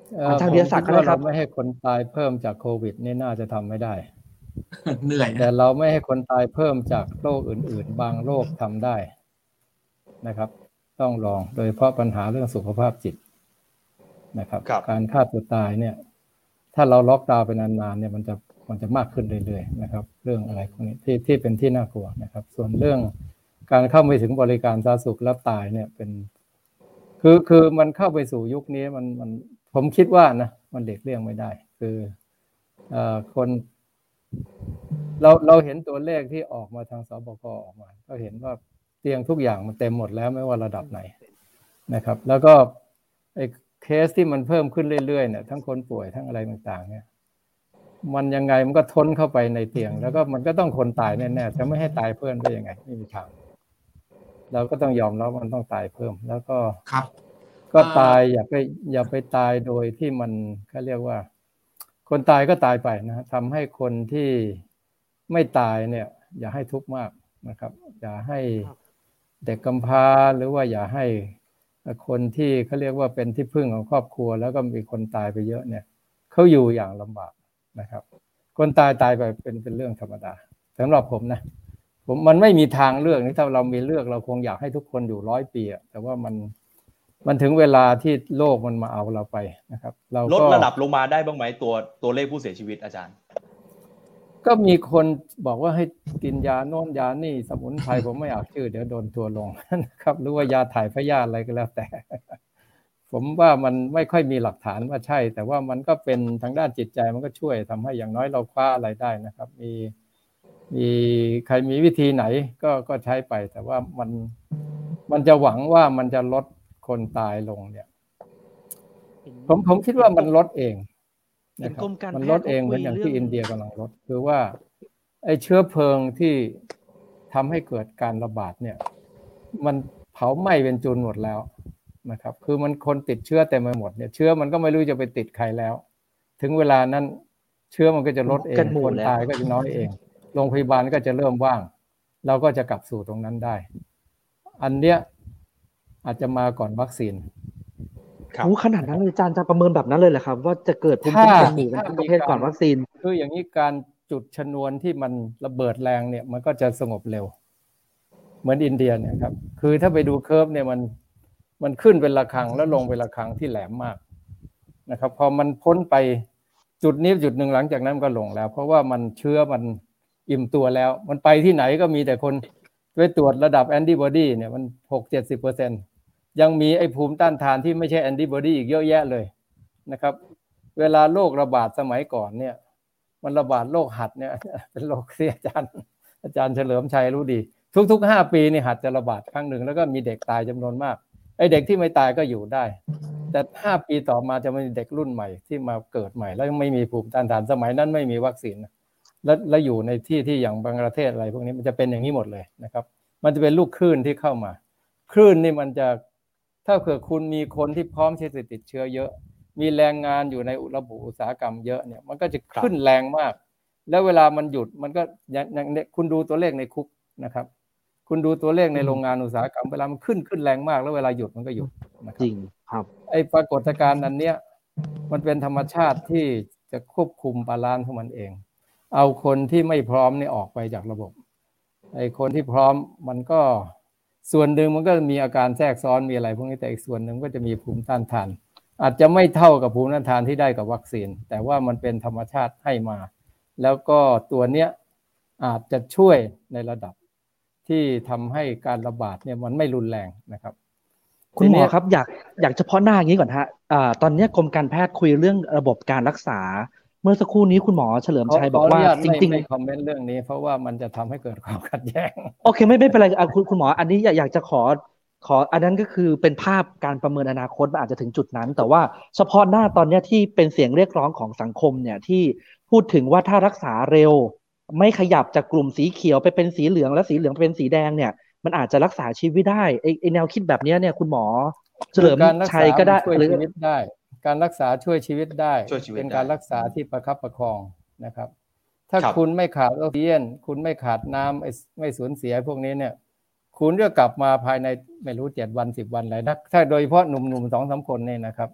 ทางวิทยาศาสตร์ก็ได้ครับเราไม่ให้คนตายเพิ่มจากโควิดนี่น่าจะทำไม่ได้เหนื่อยแต่เราไม่ให้คนตายเพิ่มจากโรคอื่นๆบางโรคทำได้นะครับต้องลองโดยเฉพาะปัญหาเรื่องสุขภาพจิตนะครับการฆ่าตัวตายเนี่ยถ้าเราล็อกดาวน์ไปนานๆเนี่ยมันจะมันจะมากขึ้นเรื่อยๆนะครับเรื่องอะไรพวกนี้ที่ที่เป็นที่น่ากลัวนะครับส่วนเรื่องการเข้าไปถึงบริการสาธารณสุขแล้วตายเนี่ยเป็นคือคือมันเข้าไปสู่ยุคนี้มันมันผมคิดว่านะมันเด็กเลี่ยงไม่ได้คือเอ่อคนเราเราเห็นตัวเลขที่ออกมาทางสบคออกมาก็เห็นว่าเตียงทุกอย่างมันเต็มหมดแล้วไม่ว่าระดับไหนนะครับแล้วก็ไอ้เคสที่มันเพิ่มขึ้นเรื่อยๆเนี่ยทั้งคนป่วยทั้งอะไรต่างๆเนี่ยมันยังไงมันก็ทนเข้าไปในเตียงแล้วก็มันก็ต้องคนตายแน่ๆจะไม่ให้ตายเพิ่มได้ยังไงไม่มีทางเราก็ต้องยอมรับมันต้องตายเพิ่มแล้วก็ครับก็ตายอย่าไปอย่าไปตายโดยที่มันเขาเรียกว่าคนตายก็ตายไปนะทำให้คนที่ไม่ตายเนี่ยอย่าให้ทุกข์มากนะครับอย่าให้เด็กกำพร้าหรือว่าอย่าให้คนที่เขาเรียกว่าเป็นที่พึ่งของครอบครัวแล้วก็มีคนตายไปเยอะเนี่ยเขาอยู่อย่างลำบากนะครับคนตายตายไปเป็นเป็นเรื่องธรรมดาสำหรับผมนะผมมันไม่มีทางเลือกนี่ถ้าเรามีเลือกเราคงอยากให้ทุกคนอยู่ร้อยปีอ่ะแต่ว่ามันมันถึงเวลาที่โลกมันมาเอาเราไปนะครับเราก็ลดระดับลงมาได้บ้างไหมตัวตัวเลขผู้เสียชีวิตอาจารย์ก็มีคนบอกว่าให้กินยาโน่นยานี่สมุนไพรผมไม่อยากชื่อเดี๋ยวโดนทัวร์ลงนะครับหรือว่ายาถ่ายพยาธิอะไรก็แล้วแต่ผมว่ามันไม่ค่อยมีหลักฐานว่าใช่แต่ว่ามันก็เป็นทางด้านจิตใจมันก็ช่วยทำให้อย่างน้อยเราคว้าอะไรได้นะครับมีมีใครมีวิธีไหนก็ก็ใช้ไปแต่ว่ามันมันจะหวังว่ามันจะลดคนตายลงเนี่ยผมผมคิดว่ามันลดเองนะครับมันลดเองเหมือนอย่างที่อินเดียกำลังลดคือว่าไอ้เชื้อเพลิงที่ทำให้เกิดการระบาดเนี่ยมันเผาไหม้เป็นจุนหมดแล้วนะครับคือมันคนติดเชื้อเต็มไปหมดเนี่ยเชื้อมันก็ไม่รู้จะไปติดใครแล้วถึงเวลานั้นเชื้อมันก็จะลดเองคนตายก็จะน้อยเองโรงพยาบาลก็จะเริ่มว่างเราก็จะกลับสู่ตรงนั้นได้อันเนี้ยอาจจะมาก่อนวัคซีนโอ้ขนาดนั้นเลยอาจารย์จะประเมินแบบนั้นเลยเหรอครับว่าจะเกิดภูมิคุ้มกันหมู่กันทั้งประเทศก่อนวัคซีนคืออย่างนี้การจุดชนวนที่มันระเบิดแรงเนี่ยมันก็จะสงบเร็วเหมือนอินเดียเนี่ยครับคือถ้าไปดูเคอร์ฟเนี่ยมันมันขึ้นเป็นระฆังแล้วลงเป็นระฆังที่แหลมมากนะครับพอมันพ้นไปจุดนี้จุดหนึ่งหลังจากนั้นก็ลงแล้วเพราะว่ามันเชื้อมันอิ่มตัวแล้วมันไปที่ไหนก็มีแต่คนไปตรวจระดับแอนติบอดีเนี่ยมัน หกถึงเจ็ดสิบเปอร์เซ็นต์ ยังมีไอ้ภูมิต้านทานที่ไม่ใช่แอนติบอดีอีกเยอะแยะเลยนะครับเวลาโรคระบาดสมัยก่อนเนี่ยมันระบาดโรคหัดเนี่ยเป็นโรคที่อาจารย์อาจารย์เฉลิมชัยรู้ดีทุกๆห้าปีนี่หัดจะระบาดครั้งหนึ่งแล้วก็มีเด็กตายจำนวนมากไอ้เด็กที่ไม่ตายก็อยู่ได้แต่ห้าปีต่อมาจะมีเด็กรุ่นใหม่ที่มาเกิดใหม่แล้วยังไม่มีภูมิต้านทานสมัยนั้นไม่มีวัคซีนแล้วแล้วอยู่ในที่ที่อย่างบังกลาเทศอะไรพวกนี้มันจะเป็นอย่างนี้หมดเลยนะครับมันจะเป็นลูกคลื่นที่เข้ามาคลื่นนี่มันจะถ้าเกิดคุณมีคนที่พร้อมที่จะติดเชื้อเยอะมีแรงงานอยู่ในระบบอุตสาหกรรมเยอะเนี่ยมันก็จะขึ้นแรงมากแล้วเวลามันหยุดมันก็อย่างคุณดูตัวเลขในคุกนะครับคุณดูตัวเลขในโรงงานอุตสาหกรรมเวลามันขึ้นขึ้นแรงมากแล้วเวลาหยุดมันก็หยุดนะครับจริงครับไอ้ปรากฏการณ์นั้นเนี้ยมันเป็นธรรมชาติที่จะควบคุมบาลานซ์ของมันเองเอาคนที่ไม่พร้อมนี่ออกไปจากระบบไอ้คนที่พร้อมมันก็ส่วนหนึ่งมันก็มีอาการแทรกซ้อนมีอะไรพวกนี้แต่อีกส่วนหนึ่งก็จะมีภูมิต้านทานอาจจะไม่เท่ากับภูมิต้านทานที่ได้กับวัคซีนแต่ว่ามันเป็นธรรมชาติให้มาแล้วก็ตัวเนี้ยอาจจะช่วยในระดับที่ทำให้การระบาดเนี่ยมันไม่รุนแรงนะครับคุณหมอครับอยากอยากเฉพาะหน้าอย่างนี้ก่อนฮะอ่าตอนนี้กรมการแพทย์คุยเรื่องระบบการรักษาเมื่อสักครู่นี้คุณหมอเฉลิมชัยบอกว่าจริงๆไม่คอมเมนต์เรื่องนี้เพราะว่ามันจะทำให้เกิดความขัดแย้งโอเคไม่ไม่เป็นไรคุณคุณหมออันนี้อยากจะขอขออันนั้นก็คือเป็นภาพการประเมินอนาคตมันอาจจะถึงจุดนั้นแต่ว่าเฉพาะหน้าตอนนี้ที่เป็นเสียงเรียกร้องของสังคมเนี่ยที่พูดถึงว่าถ้ารักษาเร็วไม่ขยับจากกลุ่มสีเขียวไปเป็นสีเหลืองและสีเหลืองไปเป็นสีแดงเนี่ยมันอาจจะรักษาชีวิตได้ไอ้ไอ้แนวคิดแบบนี้เนี่ยคุณหมอเฉลิมชัยก็ได้ช่วยชีวิตได้การรักษาช่วยชีวิตได้เป็นการรักษาที่ประคับประคองนะครับถ้าคุณไม่ขาดออกซิเจนคุณไม่ขาดน้ำไม่สูญเสียพวกนี้เนี่ยคุณจะกลับมาภายในไม่รู้เจ็ดวันสิบวันอะไรนะถ้าโดยเฉพาะหนุ่มๆ สองสาม คนเนี่ยนะครับ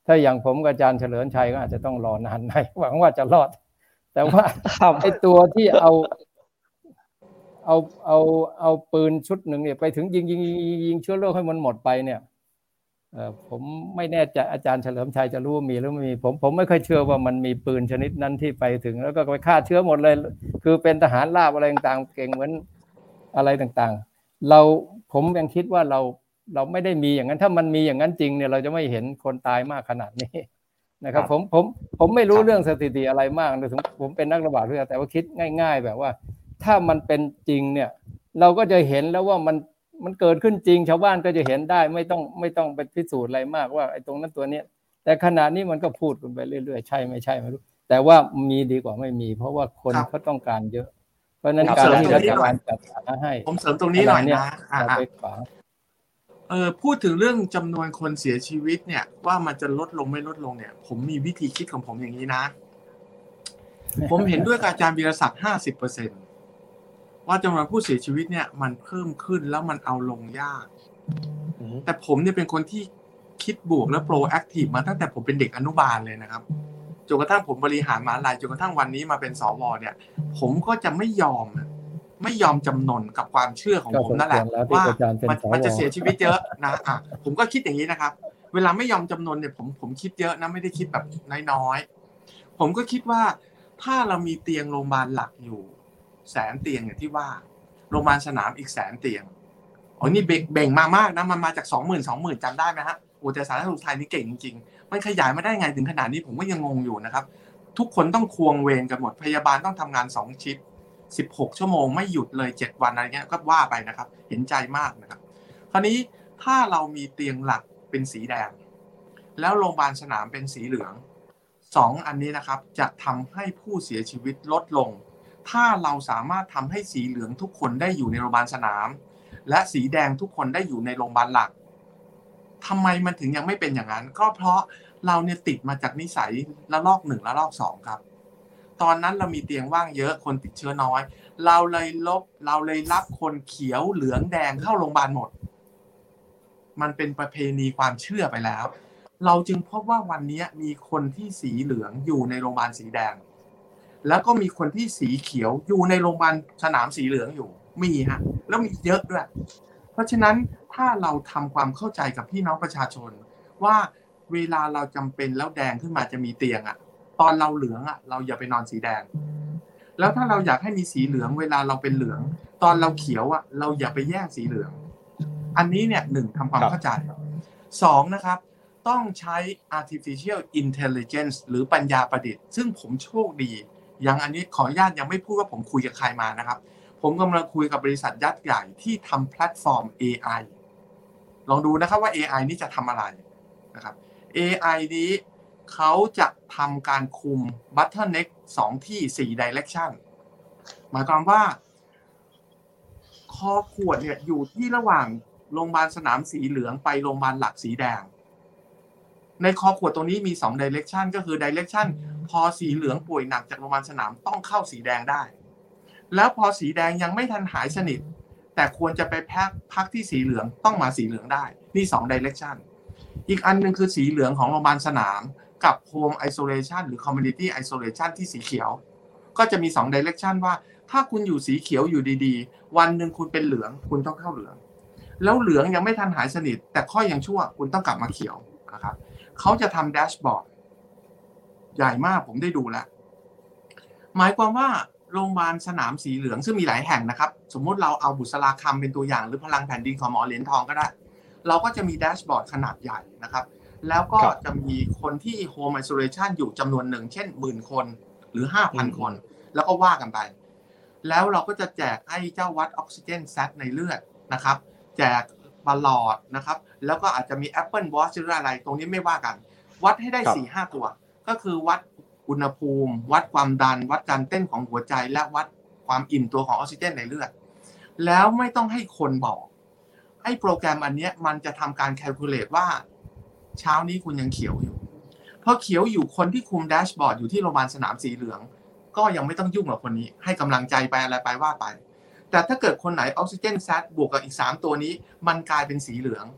ถ้าอย่างผมกับอาจารย์เฉลิมชัยก็อาจจะต้องรอนานหน่อยหวังว่าจะรอดแต่ว่าไอ้ตัวที่เอาเอาเอาเอาปืนชุดหนึ่งเนี่ยไปถึงยิงยิงยิงเชื้อโรคให้มันหมดไปเนี่ยเอ่อผมไม่แน่ใจอาจารย์เฉลิมชัยจะรู้ว่ามีหรือไม่มีผมผมไม่ค่อยเชื่อว่ามันมีปืนชนิดนั้นที่ไปถึงแล้วก็ไปฆ่าเชื้อหมดเลยคือเป็นทหารราบอะไรต่างๆเก่งเหมือนอะไรต่างๆเราผมยังคิดว่าเราเราไม่ได้มีอย่างนั้นถ้ามันมีอย่างนั้นจริงเนี่ยเราจะไม่เห็นคนตายมากขนาดนี้นะครับผมผมผมไม่รู้เรื่องสถิติอะไรมากนะถึงผมเป็นนักระบาดด้วยแต่ว่าคิดง่ายๆแบบว่าถ้ามันเป็นจริงเนี่ยเราก็จะเห็นแล้วว่ามันมันเกิดขึ้นจริงชาวบ้านก็จะเห็นได้ไม่ต้องไม่ต้องไปพิสูจน์อะไรมากว่าไอ้ตรงนั้นตัวนี้แต่ขณะนี้มันก็พูดกันไปเรื่อยๆใช่ไม่ใช่ไม่รู้แต่ว่ามีดีกว่าไม่มีเพราะว่าคนเขาต้องการเยอะเพราะนั้นการที่รัฐบาลจัดหาให้ผมเสริมตรงนี้หน่อยนะไปขวาเออพูดถึงเรื่องจำนวนคนเสียชีวิตเนี่ยว่ามันจะลดลงไม่ลดลงเนี่ยผมมีวิธีคิดของผมอย่างนี้นะผมเห็นด้วยกับอาจารย์วีรศักดิ์ ห้าสิบเปอร์เซ็นต์ ว่าจำนวนผู้เสียชีวิตเนี่ยมันเพิ่มขึ้นแล้วมันเอาลงยากแต่ผมเนี่ยเป็นคนที่คิดบวกและโปรแอคทีฟมาตั้งแต่ผมเป็นเด็กอนุบาลเลยนะครับจนกระทั่งผมบริหารมหาวิทยาลัยจนกระทั่งวันนี้มาเป็นสวเนี่ยผมก็จะไม่ยอมไม่ยอมจำนนกับความเชื่อของผมนั่นแหละว่ามันจะเสียชีวิตเยอะนะอ่ะผมก็คิดอย่างนี้นะครับเวลาไม่ยอมจำนนเนี่ยผมผมคิดเยอะนะไม่ได้คิดแบบน้อยๆผมก็คิดว่าถ้าเรามีเตียงโรงพยาบาลหลักอยู่แสนเตียงอย่างที่ว่าโรงพยาบาลสนามอีกแสนเตียงอ๋อนี่เบ่งมามากนะมันมาจาก สองหมื่น สองหมื่น จำได้ไหมฮะโอ้แต่สาธารณสุขไทยนี่เก่งจริงๆมันขยายมาได้ไงถึงขนาดนี้ผมก็ยังงงอยู่นะครับทุกคนต้องควงเวรกันหมดพยาบาลต้องทำงานสองชิฟต์สิบหกชั่วโมงไม่หยุดเลยเจ็ดวันอะไรเงี้ยก็ว่าไปนะครับเห็นใจมากนะครับคราวนี้ถ้าเรามีเตียงหลักเป็นสีแดงแล้วโรงพยาบาลสนามเป็นสีเหลืองสองอันนี้นะครับจะทำให้ผู้เสียชีวิตลดลงถ้าเราสามารถทำให้สีเหลืองทุกคนได้อยู่ในโรงพยาบาลสนามและสีแดงทุกคนได้อยู่ในโรงพยาบาลหลักทำไมมันถึงยังไม่เป็นอย่างนั้นก็เพราะเราเนี่ยติดมาจากนิสัยระลอกหนึ่งระลอกสองครับตอนนั้นเรามีเตียงว่างเยอะคนติดเชื้อน้อยเราเลยลบเราเลยรับคนเขียวเหลืองแดงเข้าโรงพยาบาลหมดมันเป็นประเพณีความเชื่อไปแล้วเราจึงพบว่าวันนี้มีคนที่สีเหลืองอยู่ในโรงพยาบาลสีแดงแล้วก็มีคนที่สีเขียวอยู่ในโรงพยาบาลสนามสีเหลืองอยู่มีฮะแล้วมีเยอะด้วยเพราะฉะนั้นถ้าเราทำความเข้าใจกับพี่น้องประชาชนว่าเวลาเราจำเป็นแล้วแดงขึ้นมาจะมีเตียงอ่ะตอนเราเหลืองอ่ะเราอย่าไปนอนสีแดงแล้วถ้าเราอยากให้มีสีเหลืองเวลาเราเป็นเหลืองตอนเราเขียวอ่ะเราอย่าไปแย่งสีเหลืองอันนี้เนี่ยหนึ่งทำความเข้าใจสองนะครับต้องใช้ artificial intelligence หรือปัญญาประดิษฐ์ซึ่งผมโชคดีอย่างอันนี้ขออนุญาตยังไม่พูดว่าผมคุยกับใครมานะครับผมกำลังคุยกับบริษัทยักษ์ใหญ่ที่ทำแพลตฟอร์ม เอ ไอ ลองดูนะครับว่า เอ ไอ นี้จะทำอะไรนะครับ เอ ไอ นี้เขาจะทำการคุม bottleneck สองที่สี่ direction หมายความว่าคอขวดเนี่ยอยู่ที่ระหว่างโรงพยาบาลสนามสีเหลืองไปโรงพยาบาลหลักสีแดงในคอขวดตรงนี้มีสอง direction ก็คือ direction พอสีเหลืองป่วยหนักจากโรงพยาบาลสนามต้องเข้าสีแดงได้แล้วพอสีแดงยังไม่ทันหายสนิทแต่ควรจะไปพักพักที่สีเหลืองต้องมาสีเหลืองได้นี่สอง direction อีกอันนึงคือสีเหลืองของโรงพยาบาลสนามกับ home isolation หรือ community isolation ที่สีเขียวก็จะมีสอง direction ว่าถ้าคุณอยู่สีเขียวอยู่ดีๆวันนึงคุณเป็นเหลืองคุณต้องเข้าเหลืองแล้วเหลืองยังไม่ทันหายสนิทแต่ข้อยังชั่วคุณต้องกลับมาเขียวนะครับเขาจะทำแดชบอร์ดใหญ่มากผมได้ดูแล้วหมายความว่าโรงพยาบาลสนามสีเหลืองซึ่งมีหลายแห่งนะครับสมมุติเราเอาบุษราคำเป็นตัวอย่างหรือพลังแผ่นดินของหมอเหรียญทองก็ได้เราก็จะมีแดชบอร์ดขนาดใหญ่นะครับแล้วก็จะมีคนที่ Home Isolation อยู่จำนวนหนึ่งเช่นหมื่นคนหรือ ห้าพัน คนแล้วก็ว่ากันไปแล้วเราก็จะแจกให้เจ้าวัดออกซิเจนแซทในเลือดนะครับแจกบลอดนะครับแล้วก็อาจจะมี Apple Watch หรืออะไรตรงนี้ไม่ว่ากันวัดให้ได้ สี่ห้า ตัวก็คือวัดอุณหภูมิวัดความดันวัดการเต้นของหัวใจและวัดความอิ่มตัวของออกซิเจนในเลือดแล้วไม่ต้องให้คนบอกไอ้โปรแกรมอันนี้มันจะทำการแคลคูลเลตว่าเช้านี้คุณยังเขียวอยู่เพราะเขียวอยู่คนที่คุมแดชบอร์ดอยู่ที่โรงพยาบาลสนามสีเหลืองก็ยังไม่ต้องยุ่งกับคนนี้ให้กำลังใจไปอะไรไปว่าไปแต่ถ้าเกิดคนไหนออกซิเจนแซทบวกกับอีกสามตัวนี้มันกลายเป็นสีเหลือง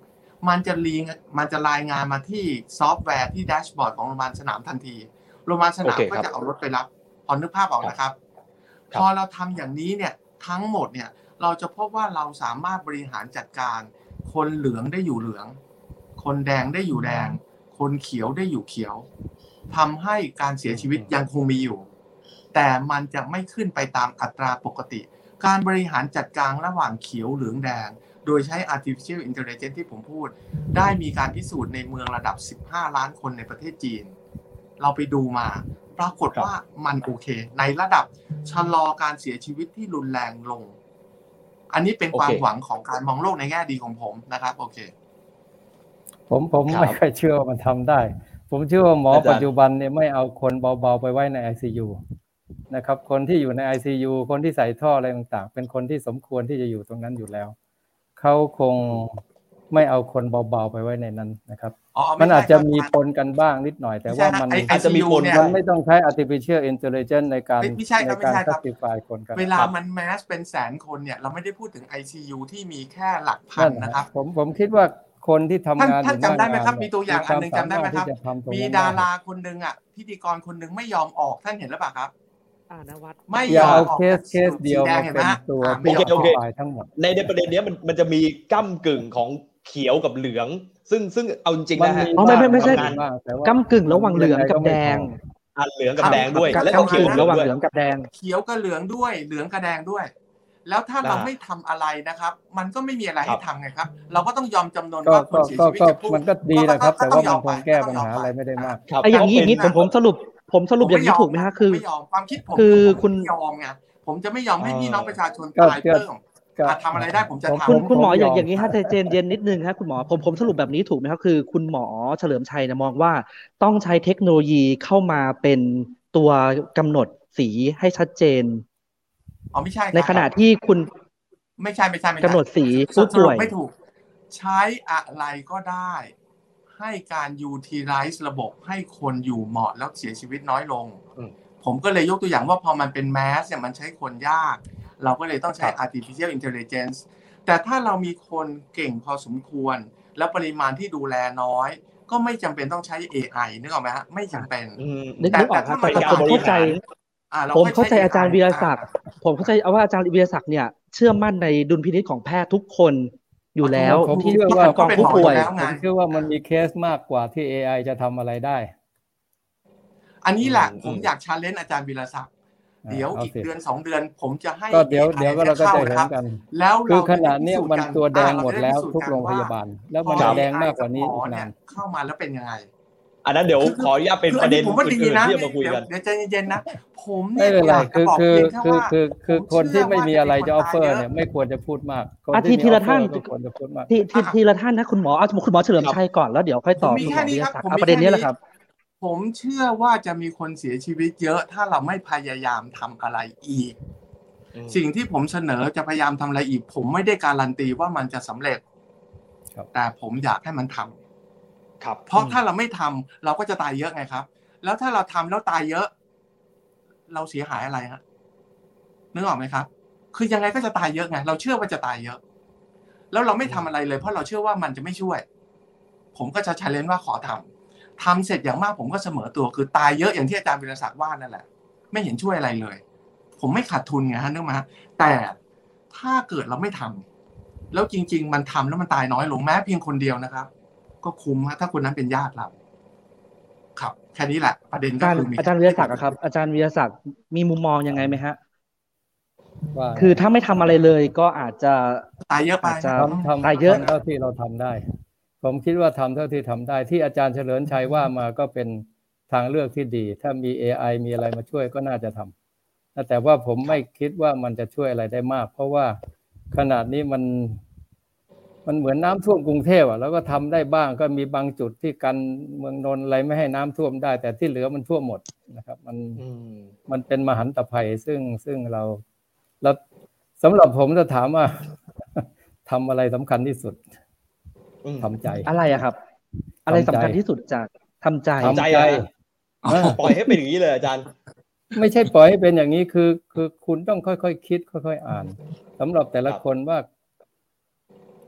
มันจะลิงก์มันจะรายงานมาที่ซอฟต์แวร์ที่แดชบอร์ดของโรงพยาบาลสนามทันทีโรงพยาบาลสนามก็จะเอารถไปรับพอนึกภาพออกนะครับพอเราทำอย่างนี้เนี่ยทั้งหมดเนี่ยเราจะพบว่าเราสามารถบริหารจัดการคนเหลืองได้อยู่เหลืองคนแดงได้อยู่แดงคนเขียวได้อยู่เขียวทำให้การเสียชีวิตยังคงมีอยู่แต่มันจะไม่ขึ้นไปตามอัตราปกติการบริหารจัดการระหว่างเขียวเหลืองแดงโดยใช้ artificial intelligence ที่ผมพูดได้มีการพิสูจน์ในเมืองระดับสิบห้าล้านคนในประเทศจีนเราไปดูมาปรากฏว่ามันโอเคในระดับชะลอการเสียชีวิตที่รุนแรงลงอันนี้เป็นความหวังของการมองโลกในแง่ดีของผมนะครับโอเคผมผมไม่ค่อยเชื่อว่ามันทำได้ผมเชื่อว่าหมอปัจจุบันเนี่ยไม่เอาคนเบาๆไปไว้ใน ไอ ซี ยู นะครับคนที่อยู่ใน ไอ ซี ยู คนที่ใส่ท่ออะไรต่างๆเป็นคนที่สมควรที่จะอยู่ตรงนั้นอยู่แล้วเขาคงไม่เอาคนเบาๆไปไว้ในนั้นนะครับมันอาจจะมีปนกันบ้างนิดหน่อยแต่ว่ามันอาจจะมีปนมันไม่ต้องใช้ artificial intelligence ในการในการ classify คนกันเวลามันแมสเป็นแสนคนเนี่ยเราไม่ได้พูดถึง ไอ ซี ยู ที่มีแค่หลักพันนะครับผมผมคิดว่าคนที่ทำงานท่านจำได้ไหมครับมีตัวอย่างอันนึงจำได้ไหมครับมีดาราคนนึงอ่ะพิธีกรคนนึงไม่ยอมออกท่านเห็นหรือเปล่าครับอ่านวัดไม่ยอมออกเคสเคสเดียวมาเป็นตัวโอเคโอเคทั้งหมดในในประเด็นนี้มันมันจะมีก้ำกึ่งของเขียวกับเหลืองซึ่งซึ่งเอาจริงนะฮะไม่ไม่ไม่ใช่ก้ำกึ่งระหว่างเหลืองกับแดงอ่ะเหลืองกับแดงด้วยและเขียวระหว่างเหลืองกับแดงเขียวกับเหลืองด้วยเหลืองกับแดงด้วยแล้วถ้าเราไม่ทำอะไรนะครับมันก็ไม่มีอะไรให้ทำไงครับเราก็ต้องยอมจำนนว่าคนเสียชีวิตจะพูดมันก็ดีนะครับแต่ว่ามันคงแก้ปัญหาอะไรไม่ได้มากไอ้อย่างนี้อย่างนี้ผมผมสรุปผมสรุปอย่างนี้ถูกไหมฮะคือความคิดผมคือคุณยอมไงผมจะไม่ยอมให้พี่น้องประชาชนตายเพิ่มทำอะไรได้ผมจะทำคุณคุณหมออย่างอย่างนี้ฮะใจเย็นๆนิดนึงครับคุณหมอผมผมสรุปแบบนี้ถูกไหมครับคือคุณหมอเฉลิมชัยนะมองว่าต้องใช้เทคโนโลยีเข้ามาเป็นตัวกำหนดสีให้ชัดเจนอ๋อไม่ใช่ในขณะที่คุณไม่ใช่ไม่ใช่กำหนดสีผู้ป่วยไม่ถูกใช้อะไรก็ได้ให้การ utilize ระบบให้คนอยู่เหมาะแล้วเสียชีวิตน้อยลงผมก็เลยยกตัวอย่างว่าพอมันเป็นแมสเนี่ยมันใช้คนยากเราก็เลยต้องใช้ artificial intelligence แต่ถ้าเรามีคนเก่งพอสมควรแล้วปริมาณที่ดูแลน้อยก็ไม่จำเป็นต้องใช้ เอ ไอ นึกออกไหมฮะไม่จำเป็นแต่แต่ถ้ามันผมเข้าใจผมเข้าใจอาจารย์วีรศักดิ์ผมเข้าใจเอาว่าอาจารย์วีรศักดิ์เนี่ยเชื่อมั่นในดุลพินิจของแพทย์ทุกคนอยู่แล้วที่ที่คัดกรองผู้ป่วยผมเชื่อว่ามันมีเคสมากกว่าที่ เอ ไอ จะทำอะไรได้อันนี้แหละผมอยากชาเลนจ์อาจารย์วีรศักดิ์เดี๋ยวอีกเดือนสองเดือนผมจะให้ก็เดี๋ยวเดี๋ยวก็เราก็จะเห็นกันแล้วคือขณะนี้มันตัวแดงหมดแล้วทุกโรงพยาบาลแล้วมันแดงมากกว่านี้อีกนานเข้ามาแล้วเป็นยังไงอันนั้นเดี๋ยวขออนุญาตเป็นประเด็นอื่นๆที่มาคุยกันเดี๋ยวใจเย็นๆนะผมเนี่ยอยากจะบอกเพียงแค่ว่าคือคือคนที่ไม่มีอะไรจะออฟเฟอร์เนี่ยไม่ควรจะพูดมากอาทิตย์ทีละท่านทีทีทีละท่านนะคุณหมอเอาคุณหมอเฉลิมชัยก่อนแล้วเดี๋ยวค่อยตอบมีแค่นี้ครับผมประเด็นนี้แหละครับผมเชื่อว่าจะมีคนเสียชีวิตเยอะถ้าเราไม่พยายามทำอะไรอีกสิ่งที่ผมเสนอจะพยายามทำอะไรอีกผมไม่ได้การันตีว่ามันจะสำเร็จแต่ผมอยากให้มันทำครับเพราะถ้าเราไม่ทำเราก็จะตายเยอะไงครับแล้วถ้าเราทำแล้วตายเยอะเราเสียหายอะไรฮะนึกออกไหมครับคือยังไงก็จะตายเยอะไงเราเชื่อว่าจะตายเยอะแล้วเราไม่ทำอะไรเลยเพราะเราเชื่อว่ามันจะไม่ช่วยผมก็จะชาเลนจ์ว่าขอทำทำเสร็จอย่างมากผมก็เสมอตัวคือตายเยอะอย่างที่อาจารย์วิรศักดิ์ว่านั่นแหละไม่เห็นช่วยอะไรเลยผมไม่ขาดทุนไงฮะนึกมาแต่ถ้าเกิดเราไม่ทำแล้วจริงๆมันทำแล้วมันตายน้อยลงแม้เพียงคนเดียวนะครับก็คุ้มฮะถ้าคนนั้นเป็นญาติเราครับแค่นี้แหละประเด็นก็คืออาจารย์วิรศักดิ์ครับอาจารย์วิรศักดิ์มีมุมมองยังไงไหมฮะคือถ้าไม่ทำอะไรเลยก็อาจจะตายเยอะไปตายเยอะเท่าที่เราทำได้ผมคิดว่าทำเท่าที่ทำได้ที่อาจารย์เฉลิมชัยว่ามาก็เป็นทางเลือกที่ดีถ้ามี เอ ไอ มีอะไรมาช่วยก็น่าจะทำแต่ว่าผมไม่คิดว่ามันจะช่วยอะไรได้มากเพราะว่าขนาดนี้มันมันเหมือนน้ำท่วมกรุงเทพอ่ะแล้วก็ทำได้บ้างก็มีบางจุดที่กันเมืองนนท์อะไรไม่ให้น้ำท่วมได้แต่ที่เหลือมันท่วมหมดนะครับมันมันเป็นมหันตภัยซึ่งซึ่งเราแล้วสำหรับผมจะถามว่าทำอะไรสำคัญที่สุดทำใจอะไรอะครับอะไรสำคัญที่สุดจากทำใจทำใจปล่อยให้เป็นอย่างนี้เลยอาจารย์ไม่ใช่ปล่อยให้เป็นอย่างนี้คือคือคุณต้องค่อยๆคิดค่อยๆอ่านสำหรับแต่ละคนว่าค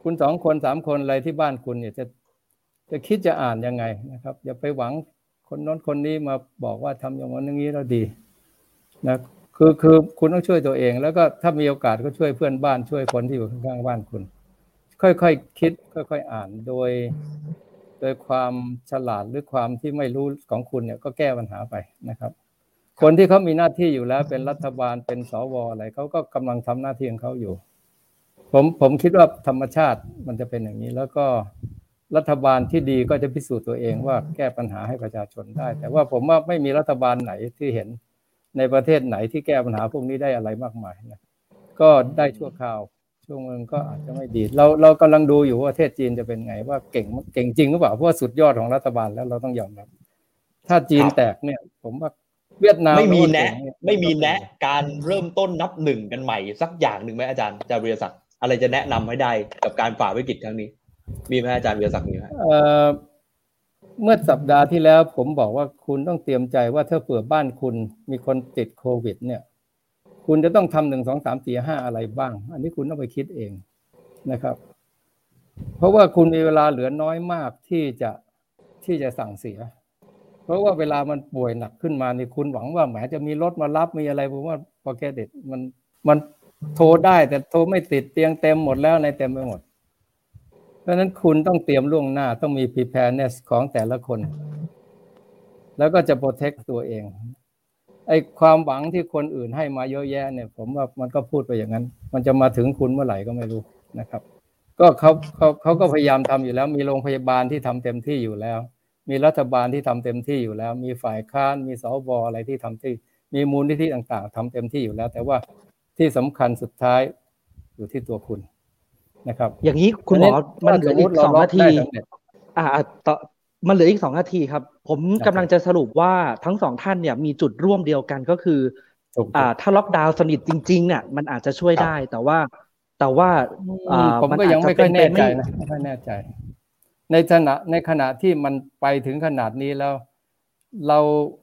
คุณสองคนสามคนอะไรที่บ้านคุณเนี่ยจะจะคิดจะอ่านยังไงนะครับอย่าไปหวังคนโน้นคนนี้มาบอกว่าทำอย่างนั้นอย่างนี้แล้วดีนะคือคือคุณต้องช่วยตัวเองแล้วก็ถ้ามีโอกาสก็ช่วยเพื่อนบ้านช่วยคนที่อยู่ข้างๆบ้านคุณค่อยๆ ค, คิดค่อยๆอ่านโดยโดยความฉลาดหรือความที่ไม่รู้ของคุณเนี่ยก็แก้ปัญหาไปนะครับคนที่เขามีหน้าที่อยู่แล้วเป็นรัฐบาลเป็นสวอะไรเขาก็กำลังทำหน้าที่ของเขาอยู่ผมผมคิดว่าธรรมชาติมันจะเป็นอย่างนี้แล้วก็รัฐบาลที่ดีก็จะพิสูจน์ตัวเองว่าแก้ปัญหาให้ประชาชนได้แต่ว่าผมว่าไม่มีรัฐบาลไหนที่เห็นในประเทศไหนที่แก้ปัญหาพวกนี้ได้อะไรมากมายนะก็ได้ชั่วคราวช่วงนึงก็อาจจะไม่ดีเราเรากำลังดูอยู่ว่าประเทศจีนจะเป็นไงว่าเก่งเก่งจริงหรือเปล่าเพราะว่าสุดยอดของรัฐบาลแล้วเราต้องยอมรับถ้าจีนแตกเนี่ยผมว่าเวียดนามไม่มีแนะไม่มีแนะการเริ่มต้นนับหนึ่งกันใหม่สักอย่างหนึ่งไหมอาจารย์อาจารย์วีรศักดิ์อะไรจะแนะนำให้ได้กับการฝ่าวิกฤตครั้งนี้มีไหมอาจารย์วีรศักดิ์มีไหมเอ่อเมื่อสัปดาห์ที่แล้วผมบอกว่าคุณต้องเตรียมใจว่าถ้าเผื่อบ้านคุณมีคนติดโควิดเนี่ยคุณจะต้องทำหนึ่งสองสามสี่ห้าอะไรบ้างอันนี้คุณต้องไปคิดเองนะครับเพราะว่าคุณมีเวลาเหลือน้อยมากที่จะที่จะสั่งเสียเพราะว่าเวลามันป่วยหนักขึ้นมานี่คุณหวังว่าแหมจะมีรถมารับมีอะไรผมว่าพอแกเด็ดมันมันโทรได้แต่โทรไม่ติดเตียงเต็มหมดแล้วในเต็มไปหมดเพราะฉะนั้นคุณต้องเตรียมล่วงหน้าต้องมี preparedness ของแต่ละคนแล้วก็จะ protect ตัวเองไอ้ความหวังที่คนอื่นให้มาเยอะแยะเนี่ยผมว่ามันก็พูดไปอย่างนั้นมันจะมาถึงคุณเมื่อไหร่ก็ไม่รู้นะครับก็เขาเขาเขาก็พยายามทำอยู่แล้วมีโรงพยาบาลที่ทำเต็มที่อยู่แล้วมีรัฐบาลที่ทำเต็มที่อยู่แล้วมีฝ่ายค้านมีสวอะไรที่ทำที่มีมูลนิธิต่างๆทำเต็มที่อยู่แล้วแต่ว่าที่สำคัญสุดท้ายอยู่ที่ตัวคุณนะครับอย่างนี้คุณหมอมันเหลืออีกสองนาทีอ่าต่อมันเหลืออีกสองนาทีครับผมกำลังจะสรุปว่าทั้งสองท่านเนี่ยมีจุดร่วมเดียวกันก็คืออ่าถ้าล็อกดาวน์สนิทจริงๆเนี่ยมันอาจจะช่วยได้แต่ว่าแต่ว่าผมก็ยังไม่ค่อยแน่ใจนะไม่ค่อยแน่ใจในขณะในขณะที่มันไปถึงขนาดนี้แล้วเรา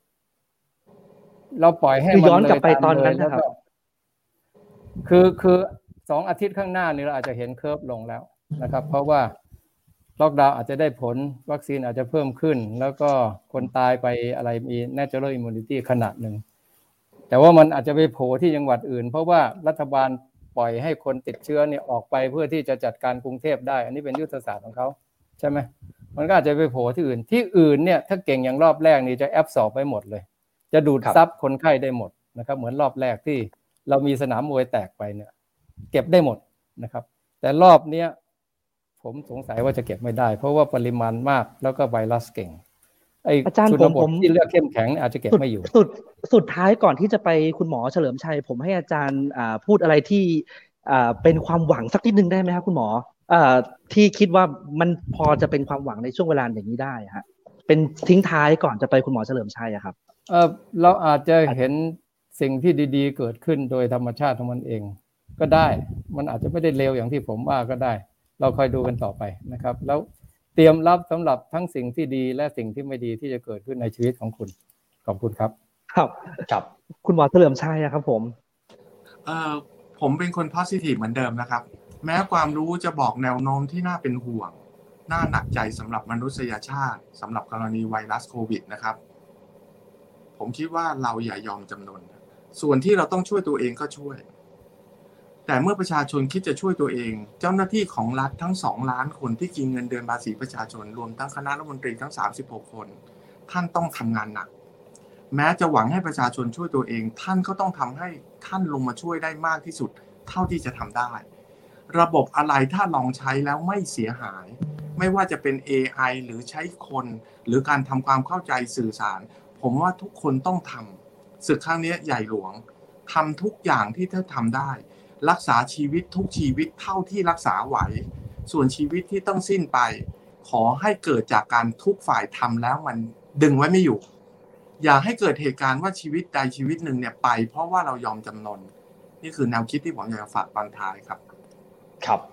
เราปล่อยให้มันย้อนกลับไปตอนนั้นนะครับคือคือสองอาทิตย์ข้างหน้านี้เราอาจจะเห็นเคอร์ฟลงแล้วนะครับเพราะว่าล็อกดาวน์อาจจะได้ผลวัคซีนอาจจะเพิ่มขึ้นแล้วก็คนตายไปอะไรมี natural immunity ขนาดหนึ่งแต่ว่ามันอาจจะไปโผล่ที่จังหวัดอื่นเพราะว่ารัฐบาลปล่อยให้คนติดเชื้อเนี่ยออกไปเพื่อที่จะจัดการกรุงเทพได้อันนี้เป็นยุทธศาสตร์ของเขาใช่ไหมมันก็อาจจะไปโผล่ที่อื่นที่อื่นเนี่ยถ้าเก่งอย่างรอบแรกนี่จะแอบสอบไปหมดเลยจะดูดซับคนไข้ได้หมดนะครับเหมือนรอบแรกที่เรามีสนามมวยแตกไปเนี่ยเก็บได้หมดนะครับแต่รอบเนี้ยผมสงสัยว่าจะเก็บไม่ได้เพราะว่าปริมาณมากแล้วก็ไวรัสเก่งไอ้ชุนบทที่เลือกเข้มแข็งอาจจะเก็บไม่อยู่สุดสุดท้ายก่อนที่จะไปคุณหมอเฉลิมชัยผมให้อาจารย์พูดอะไรที่เป็นความหวังสักนิดนึงได้ไหมครับคุณหมอที่คิดว่ามันพอจะเป็นความหวังในช่วงเวลาอย่างนี้ได้ฮะเป็นทิ้งท้ายก่อนจะไปคุณหมอเฉลิมชัยครับเออเราอาจจะเห็นสิ่งที่ดีๆเกิดขึ้นโดยธรรมชาติของมันเองก็ได้มันอาจจะไม่ได้เร็วอย่างที่ผมว่าก็ได้เราคอยดูกันต่อไปนะครับแล้วเตรียมรับสำหรับทั้งสิ่งที่ดีและสิ่งที่ไม่ดีที่จะเกิดขึ้นในชีวิตของคุณขอบคุณครับครับครับคุณหมอเฉลิมชัยครับผมเอ่อผมเป็นคน positive เหมือนเดิมนะครับแม้ความรู้จะบอกแนวโน้มที่น่าเป็นห่วงน่าหนักใจสำหรับมนุษยชาติสำหรับกรณีไวรัสโควิดนะครับผมคิดว่าเราอย่ายอมจำนนส่วนที่เราต้องช่วยตัวเองก็ช่วยแต่เมื่อประชาชนคิดจะช่วยตัวเองเจ้าหน้าที่ของรัฐทั้งสองล้านคนที่กินเงินเดือนภาษีประชาชนรวมทั้งคณะรัฐมนตรีทั้งสามสิบหกคนท่านต้องทำงานหนักแม้จะหวังให้ประชาชนช่วยตัวเองท่านก็ต้องทำให้ท่านลงมาช่วยได้มากที่สุดเท่าที่จะทำได้ระบบอะไรถ้าลองใช้แล้วไม่เสียหายไม่ว่าจะเป็น เอ ไอ หรือใช้คนหรือการทำความเข้าใจสื่อสารผมว่าทุกคนต้องทำศึกครั้งนี้ใหญ่หลวงทำทุกอย่างที่ท่านทำได้รักษาชีวิตทุกชีวิตเท่าที่รักษาไหวส่วนชีวิตที่ต้องสิ้นไปขอให้เกิดจากการทุกฝ่ายทำแล้วมันดึงไว้ไม่อยู่อย่าให้เกิดเหตุการณ์ว่าชีวิตใดชีวิตหนึ่งเนี่ยไปเพราะว่าเรายอมจำนนนี่คือแนวคิดที่ผมอยากจะฝากตอนท้ายครับครับ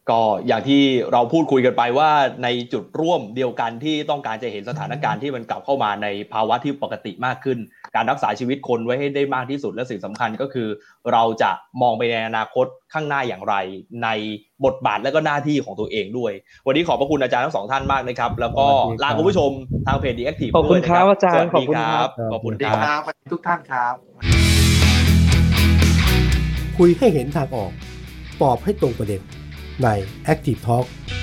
ก็อย่างที่เราพูดคุยกันไปว่าในจุดร่วมเดียวกันที่ต้องการจะเห็นสถานการณ์ที่มันกลับเข้ามาในภาวะที่ปกติมากขึ้นการรักษาชีวิตคนไว้ให้ได้มากที่สุดและสิ่งสำคัญก็คือเราจะมองไปในอนาคตข้างหน้าอย่างไรในบทบาทและก็หน้าที่ของตัวเองด้วยวันนี้ขอบพระคุณอาจารย์ทั้งสองท่านมากนะครับแล้วก็ลาคุณผู้ชมทางเพจ The Active ขอบคุณครับอาจารย์ขอบคุณครับขอบคุณดีคครัรับ บทุกท่านครับคุยให้เห็นทางออกตอบให้ตรงประเด็นใน Active Talk